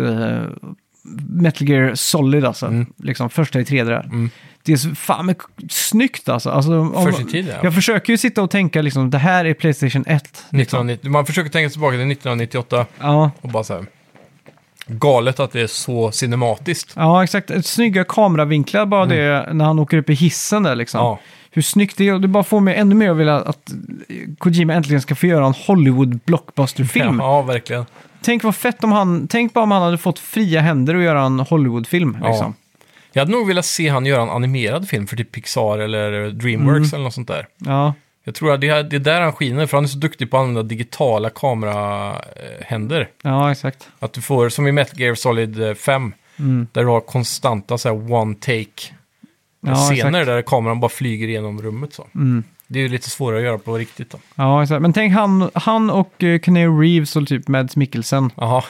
Metal Gear Solid alltså, liksom första i 3D där. Det är så fan med snyggt alltså. För sin tid, ja. Jag försöker ju sitta och tänka liksom, det här är PlayStation 1. Liksom. Man försöker tänka tillbaka till 1998 och bara så här, galet att det är så cinematiskt. Ja, exakt. Snygga kameravinklar bara det när han åker upp i hissen där liksom. Ja. Hur snyggt det är. Det bara får mig ännu mer att vilja att Kojima äntligen ska få göra en Hollywood-blockbuster-film. Ja, verkligen. Tänk vad fett om han hade fått fria händer att göra en Hollywood-film. Ja. Liksom. Jag hade nog velat se han göra en animerad film för typ Pixar eller DreamWorks eller något sånt där. Ja. Jag tror att det är där han skiner, för han är så duktig på att använda digitala kamerahänder. Ja, exakt. Att du får, som i Metal Gear Solid 5, där du har konstanta så här one-take scener exakt. där kameran bara flyger igenom rummet. Så. Det är ju lite svårare att göra på riktigt då. Ja, exakt. Men tänk han och Keanu Reeves och typ Mads Mikkelsen. Aha.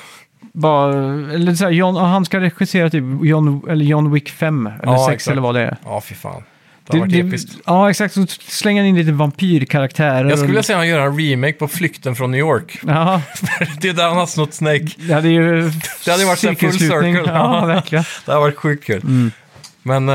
Eller så här, han ska regissera typ John Wick 5 eller 6 exakt. eller vad det är. Ja, fy fan. Det har varit episkt. Ja, exakt. Så slänger in lite vampyrkaraktärer. Jag skulle vilja säga att han gör en remake på Flykten från New York. Ja. Det är där han har snott Snake. Det hade ju varit så här full circle. Ja, verkligen. Det har varit sjukt kul. Men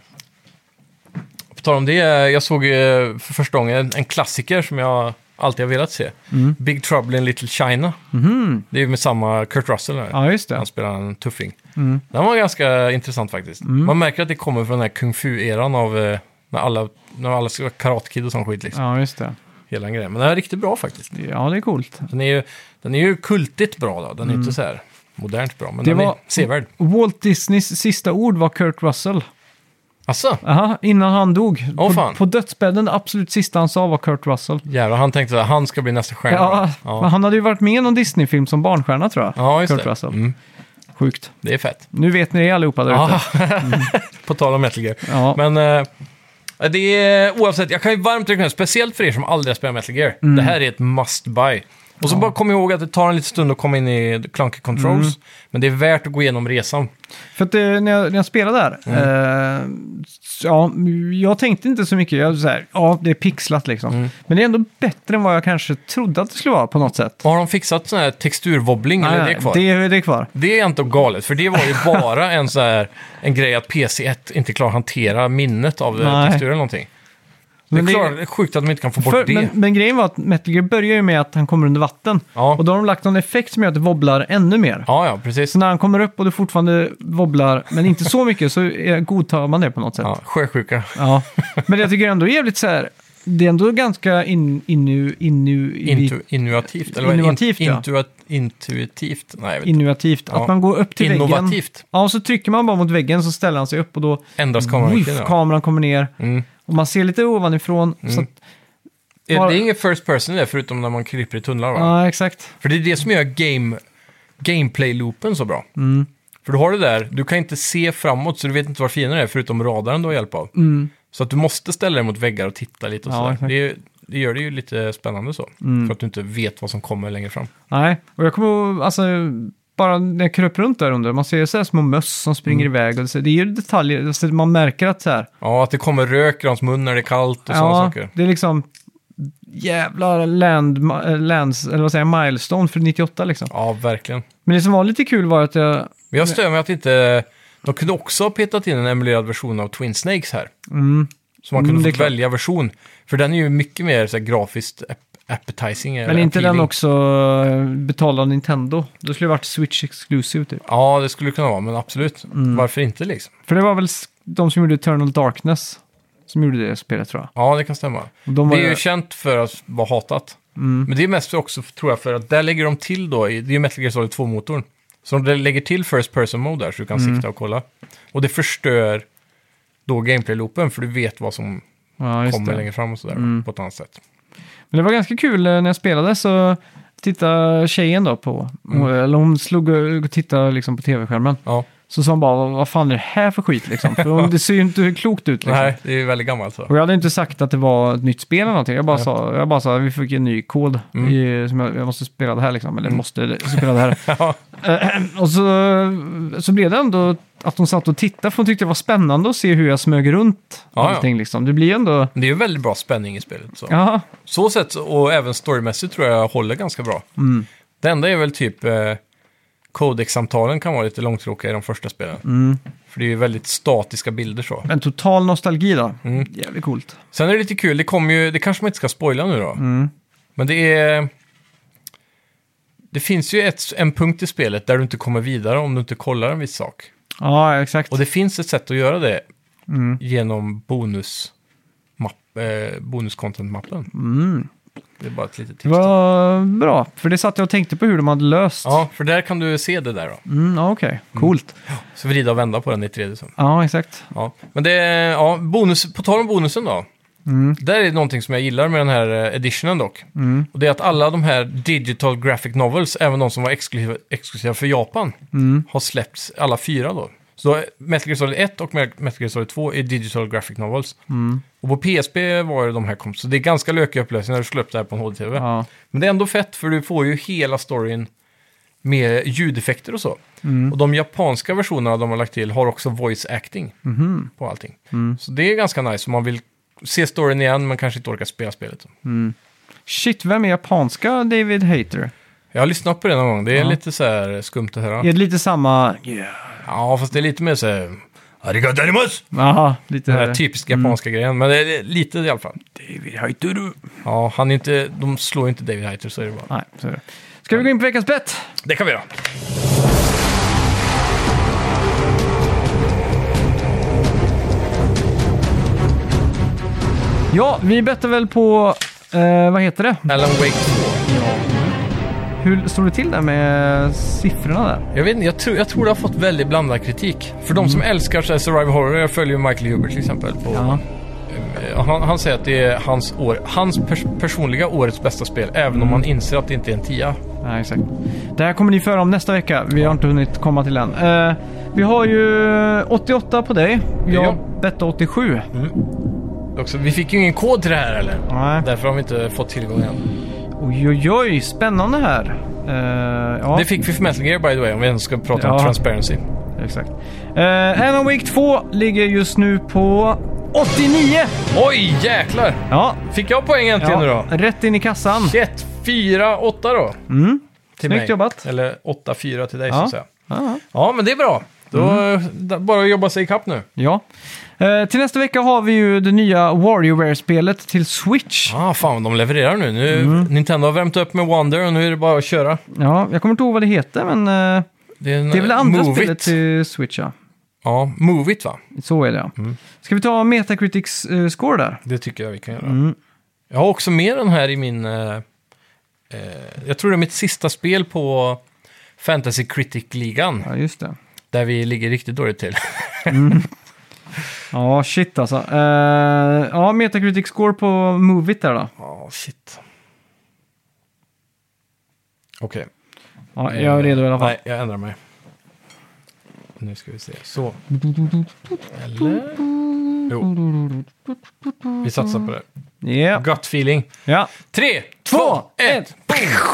på tal om det, jag såg för första gången en klassiker som jag alltid har velat se. Big Trouble in Little China. Det är ju med samma Kurt Russell här. Ja, just det. Han spelar en tuffing. Den var ganska intressant faktiskt. Man märker att det kommer från den här kung fu-eran av när alla ska vara Karate Kid och sån skit liksom. Ja, just det. Hela grejen. Men den är riktigt bra faktiskt. Ja, det är coolt. Den är ju kultigt bra då. Den är inte så här modernt bra, men den är sevärd. Walt Disneys sista ord var Kurt Russell. Asså? Aha, innan han dog. Fan. På dödsbädden, det absolut sista han sa var Kurt Russell. Jävlar, han tänkte att han ska bli nästa stjärna. Ja. Men han hade ju varit med i någon Disney-film som barnstjärna tror jag. Ja, just Kurt det. Russell. Sjukt. Det är fett. Nu vet ni det allihopa där ute. På tal om Metal Gear. Ja. Men det är oavsett, jag kan ju varmt rekommendera, speciellt för er som aldrig har spelat Metal Gear. Det här är ett must buy. Och så bara kom ihåg att det tar en liten stund att komma in i clunky controls. Men det är värt att gå igenom resan. För att när jag spelade där, ja, jag tänkte inte så mycket. Jag så här, ja, det är pixlat liksom. Men det är ändå bättre än vad jag kanske trodde att det skulle vara på något sätt. Har de fixat sån här texturwobbling eller är det kvar? Det är kvar. Det är inte galet, för det var ju bara en grej att PC1 inte klarar att hantera minnet av texturen eller någonting. Det är sjukt att de inte kan få bort det. Men grejen var att Metal Gear börjar ju med att han kommer under vatten. Ja. Och då har de lagt någon effekt som gör att det wobblar ännu mer. Ja, precis. Så när han kommer upp och det fortfarande wobblar, men inte så mycket, så godtar man det på något sätt. Ja, sjösjuka. Ja. Men jag tycker ändå är jävligt så här... Det är ändå ganska innovativt. Eller innovativt, intuitivt. Nej, jag vet innovativt. Ja. Att man går upp till Innovativt. väggen. Ja, och så trycker man bara mot väggen så ställer han sig upp och då... Ändras kameran. Kameran kommer ner. Och man ser lite ovanifrån. Så att, Det är ingen first person där, förutom när man kryper i tunnlar, va? Ja, exakt. För det är det som gör gameplay-loopen så bra. För du har det där, du kan inte se framåt så du vet inte var fienden är, förutom radaren du har hjälp av. Så att du måste ställa dig mot väggar och titta lite och sådär. Det gör det ju lite spännande så. För att du inte vet vad som kommer längre fram. Nej, och jag kommer alltså... Bara när jag kröp runt där under, man ser så här små möss som springer iväg. Och det är ju detaljer, alltså man märker att så här... Ja, att det kommer rök i hans mun när det är kallt och sådana saker. Det är liksom jävla eller vad säger jag, milestone för 98 liksom. Ja, verkligen. Men det som var lite kul var att Men jag stör mig att inte... De kunde också ha petat in en emulerad version av Twin Snakes här. Så man kunde få välja version. För den är ju mycket mer så här, grafiskt appetizing. Men inte den också betalad av Nintendo? Det skulle varit Switch exclusive typ. Ja, det skulle kunna vara, men absolut. Varför inte liksom? För det var väl de som gjorde Eternal Darkness som gjorde det spelet, tror jag. Ja, det kan stämma. Det är ju känt för att vara hatat. Men det är mest också, tror jag, för att där lägger de till då, det är ju Metal Gear Solid 2-motorn. Så de lägger till first person mode där så du kan sikta och kolla. Och det förstör då gameplay-loopen, för du vet vad som kommer längre fram och sådär på ett annat sätt. Men det var ganska kul när jag spelade, så tittade tjejen då på, eller hon slog och tittade liksom på tv-skärmen. Ja. Så sa hon bara, vad fan är det här för skit liksom? För det ser ju inte klokt ut liksom. Nej, det är väldigt gammalt så. Och jag hade inte sagt att det var ett nytt spel eller någonting. Jag bara sa vi fick en ny kod som jag måste spela det här liksom. Eller måste spela det här. Och så blev det ändå att hon satt och tittade, för hon tyckte det var spännande att se hur jag smög runt allting liksom. Det blir ändå... Det är ju väldigt bra spänning i spelet. Så, ja. Så sätt, och även storymässigt tror jag håller ganska bra. Det enda är väl typ... Codex-samtalen kan vara lite långtråkiga i de första spelen. För det är ju väldigt statiska bilder så. En total nostalgi då. Jävligt coolt. Sen är det lite kul, det kanske man inte ska spoila nu då. Men det finns ju en punkt i spelet där du inte kommer vidare om du inte kollar en viss sak. Ja, exakt. Och det finns ett sätt att göra det genom bonus-content-mappen. Det är bara ett litet tips. Det var bra, för det satt jag och tänkte på hur de hade löst. Ja, för där kan du se det där då. Okej. Coolt. Så vrida och vända på den i 3D. Så. Ja, exakt. Ja. Men det är, på tal om bonusen då. Där är någonting som jag gillar med den här editionen dock. Och det är att alla de här digital graphic novels, även de som var exklusiva för Japan, har släppts, alla 4 då. Så Metal Gear Solid 1 och Metal Gear Solid 2 är digital graphic novels. Och på PSP var det de här kom. Så det är ganska lökiga upplösningar när du slår upp det här på en HD-TV. Ja. Men det är ändå fett, för du får ju hela storyn med ljudeffekter och så. Och de japanska versionerna de har lagt till har också voice acting på allting. Så det är ganska nice om man vill se storyn igen men kanske inte orkar spela spelet. Shit, vem är japanska David Hayter? Jag har lyssnat på det någon gång. Det är lite så här skumt att höra. Är det lite samma... Ja, fast det är lite mer så här... Arigatarimasu! Jaha, lite... Den här typiska japanska grejen. Men det är lite i alla fall. David Hayter. Ja, han är inte... De slår inte David Hayter, så är det bara. Nej, så är det. Ska vi gå in på veckans bett? Det kan vi göra. Ja, vi bettar väl på... vad heter det? Alan Wake 2. Hur står det till där med siffrorna där? Jag vet inte, jag tror det har fått väldigt blandad kritik. För de som älskar survival horror, jag följer Michael Hubert till exempel. Han säger att det är hans personliga årets bästa spel, även om man inser att det inte är en 10. Ja, exakt. Det här kommer ni föra om nästa vecka. Vi har inte hunnit komma till än. Vi har ju 88 på dig. Jag bettar 87. Också, vi fick ju ingen kod till det här eller? Nej. Därför har vi inte fått tillgång än. Oj, oj, oj, spännande här. Ja, Det fick vi för Metal Gear by the way, om vi ens ska prata om Ja. transparency. exakt. Alan Wake 2 ligger just nu på 89! Oj, jäklar! Ja, Fick jag poäng äntligen nu då? rätt in i kassan. Shit, 4-8 då. Mm. Till Snyggt mig. jobbat. Eller 8-4 till dig Ja. så att säga. Ja. Ja, men det är bra. Då bara att jobba sig ikapp nu. Ja. Till nästa vecka har vi ju det nya WarioWare-spelet till Switch. Fan, de levererar nu. Nintendo har värmt upp med Wonder och nu är det bara att köra. Ja, jag kommer inte ihåg vad det heter, men Det är, det är väl andra Move spelet It. till Switch, ja. Ja, Move It va? Så är det, ja. Ska vi ta Metacritics score där? Det tycker jag vi kan göra. Jag har också med den här i min... jag tror det är mitt sista spel på Fantasy Critic-ligan. Ja, just det. Där vi ligger riktigt dåligt till. Ja, shit alltså. Ja, Metacritic score på Move It där då. Shit. Okej. Ja, jag är redo i alla fall. Nej, jag ändrar mig. Nu ska vi se. Så. Eller? Jo. Vi satsar på det. Ja. Gut feeling. Ja. 3, 2, 2, 1. 1.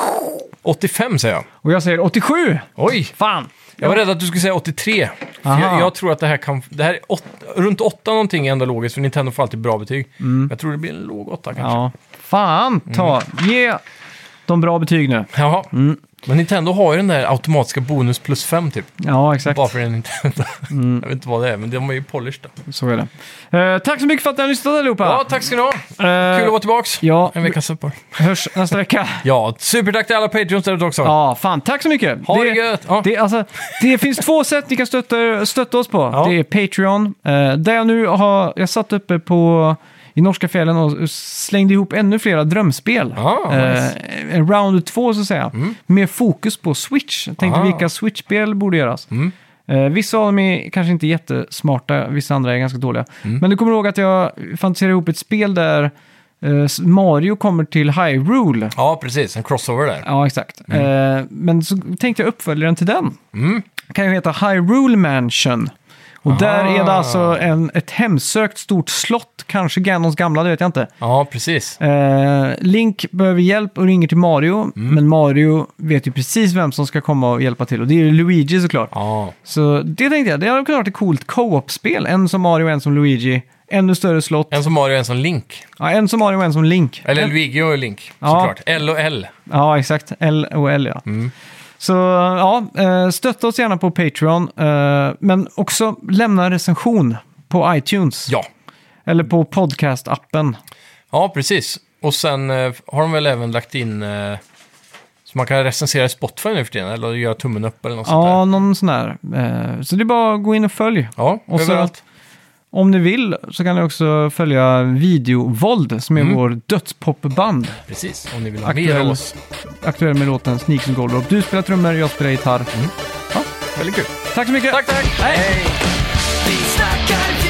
85 säger jag. Och jag säger 87! Oj! Fan! Jag var rädd att du skulle säga 83. För Aha. jag tror att det här kan... Det här är runt 8 någonting är ändå logiskt, för Nintendo får alltid bra betyg. Jag tror det blir en låg 8 kanske. Ja. Fan, ge de bra betyg nu. Jaha. Men Nintendo har ju den där automatiska bonus plus 5 typ. Ja, exakt. Bara för en Nintendo. Jag vet inte vad det är, men de är ju polished. Så är det. Tack så mycket för att ni har lyssnat allihopa. Ja, tack ska ni ha. Kul att vara tillbaks. Ja, En veckas uppehåll. hörs nästa vecka. Ja, supertack till alla Patreons där ute också. Ja, fan. Tack så mycket. Ha det gött. Ja. Det finns 2 sätt ni kan stötta oss på. Ja. Det är Patreon. Där jag nu har satt uppe i norska fjällen och slängde ihop ännu flera drömspel. Nice. Round 2 så att säga. Med fokus på Switch. Jag tänkte vilka Switch-spel borde göras. Vissa av dem är kanske inte jättesmarta, vissa andra är ganska dåliga. Men du kommer ihåg att jag fantiserade ihop ett spel där Mario kommer till Hyrule. Ja, precis. En crossover där. Ja, exakt. Men så tänkte jag uppföljaren till den. Kan ju heta Hyrule Mansion. Och där är det alltså ett hemsökt stort slott, kanske Ganons gamla, det vet jag inte. Ja, precis. Link behöver hjälp och ringer till Mario, men Mario vet ju precis vem som ska komma och hjälpa till. Och det är ju Luigi såklart. Ja. Så det tänkte jag, det hade kunnat varit ett coolt co-op-spel. En som Mario, en som Luigi. Ännu större slott. En som Mario, en som Link. Ja, en som Mario och en som Link. Eller Luigi och Link, såklart. L och L. Ja, exakt. L och L, ja. Så ja, stötta oss gärna på Patreon. Men också lämna en recension på iTunes. Ja. Eller på podcast-appen. Ja, precis. Och sen har de väl även lagt in... så man kan recensera i Spotify nu för tiden, eller göra tummen upp eller något sånt Ja, där. någon sån där. Så det är bara att gå in och följ. Ja, Och så, överallt. om ni vill så kan ni också följa Videovold som är vår dödspopband. Precis, om ni vill ha mer av oss. Aktuell med låten Sneaks and Gold Rope. Du spelar trummor, jag spelar gitarr. Väldigt kul. Tack så mycket! Tack, tack! Hej. Vi snackar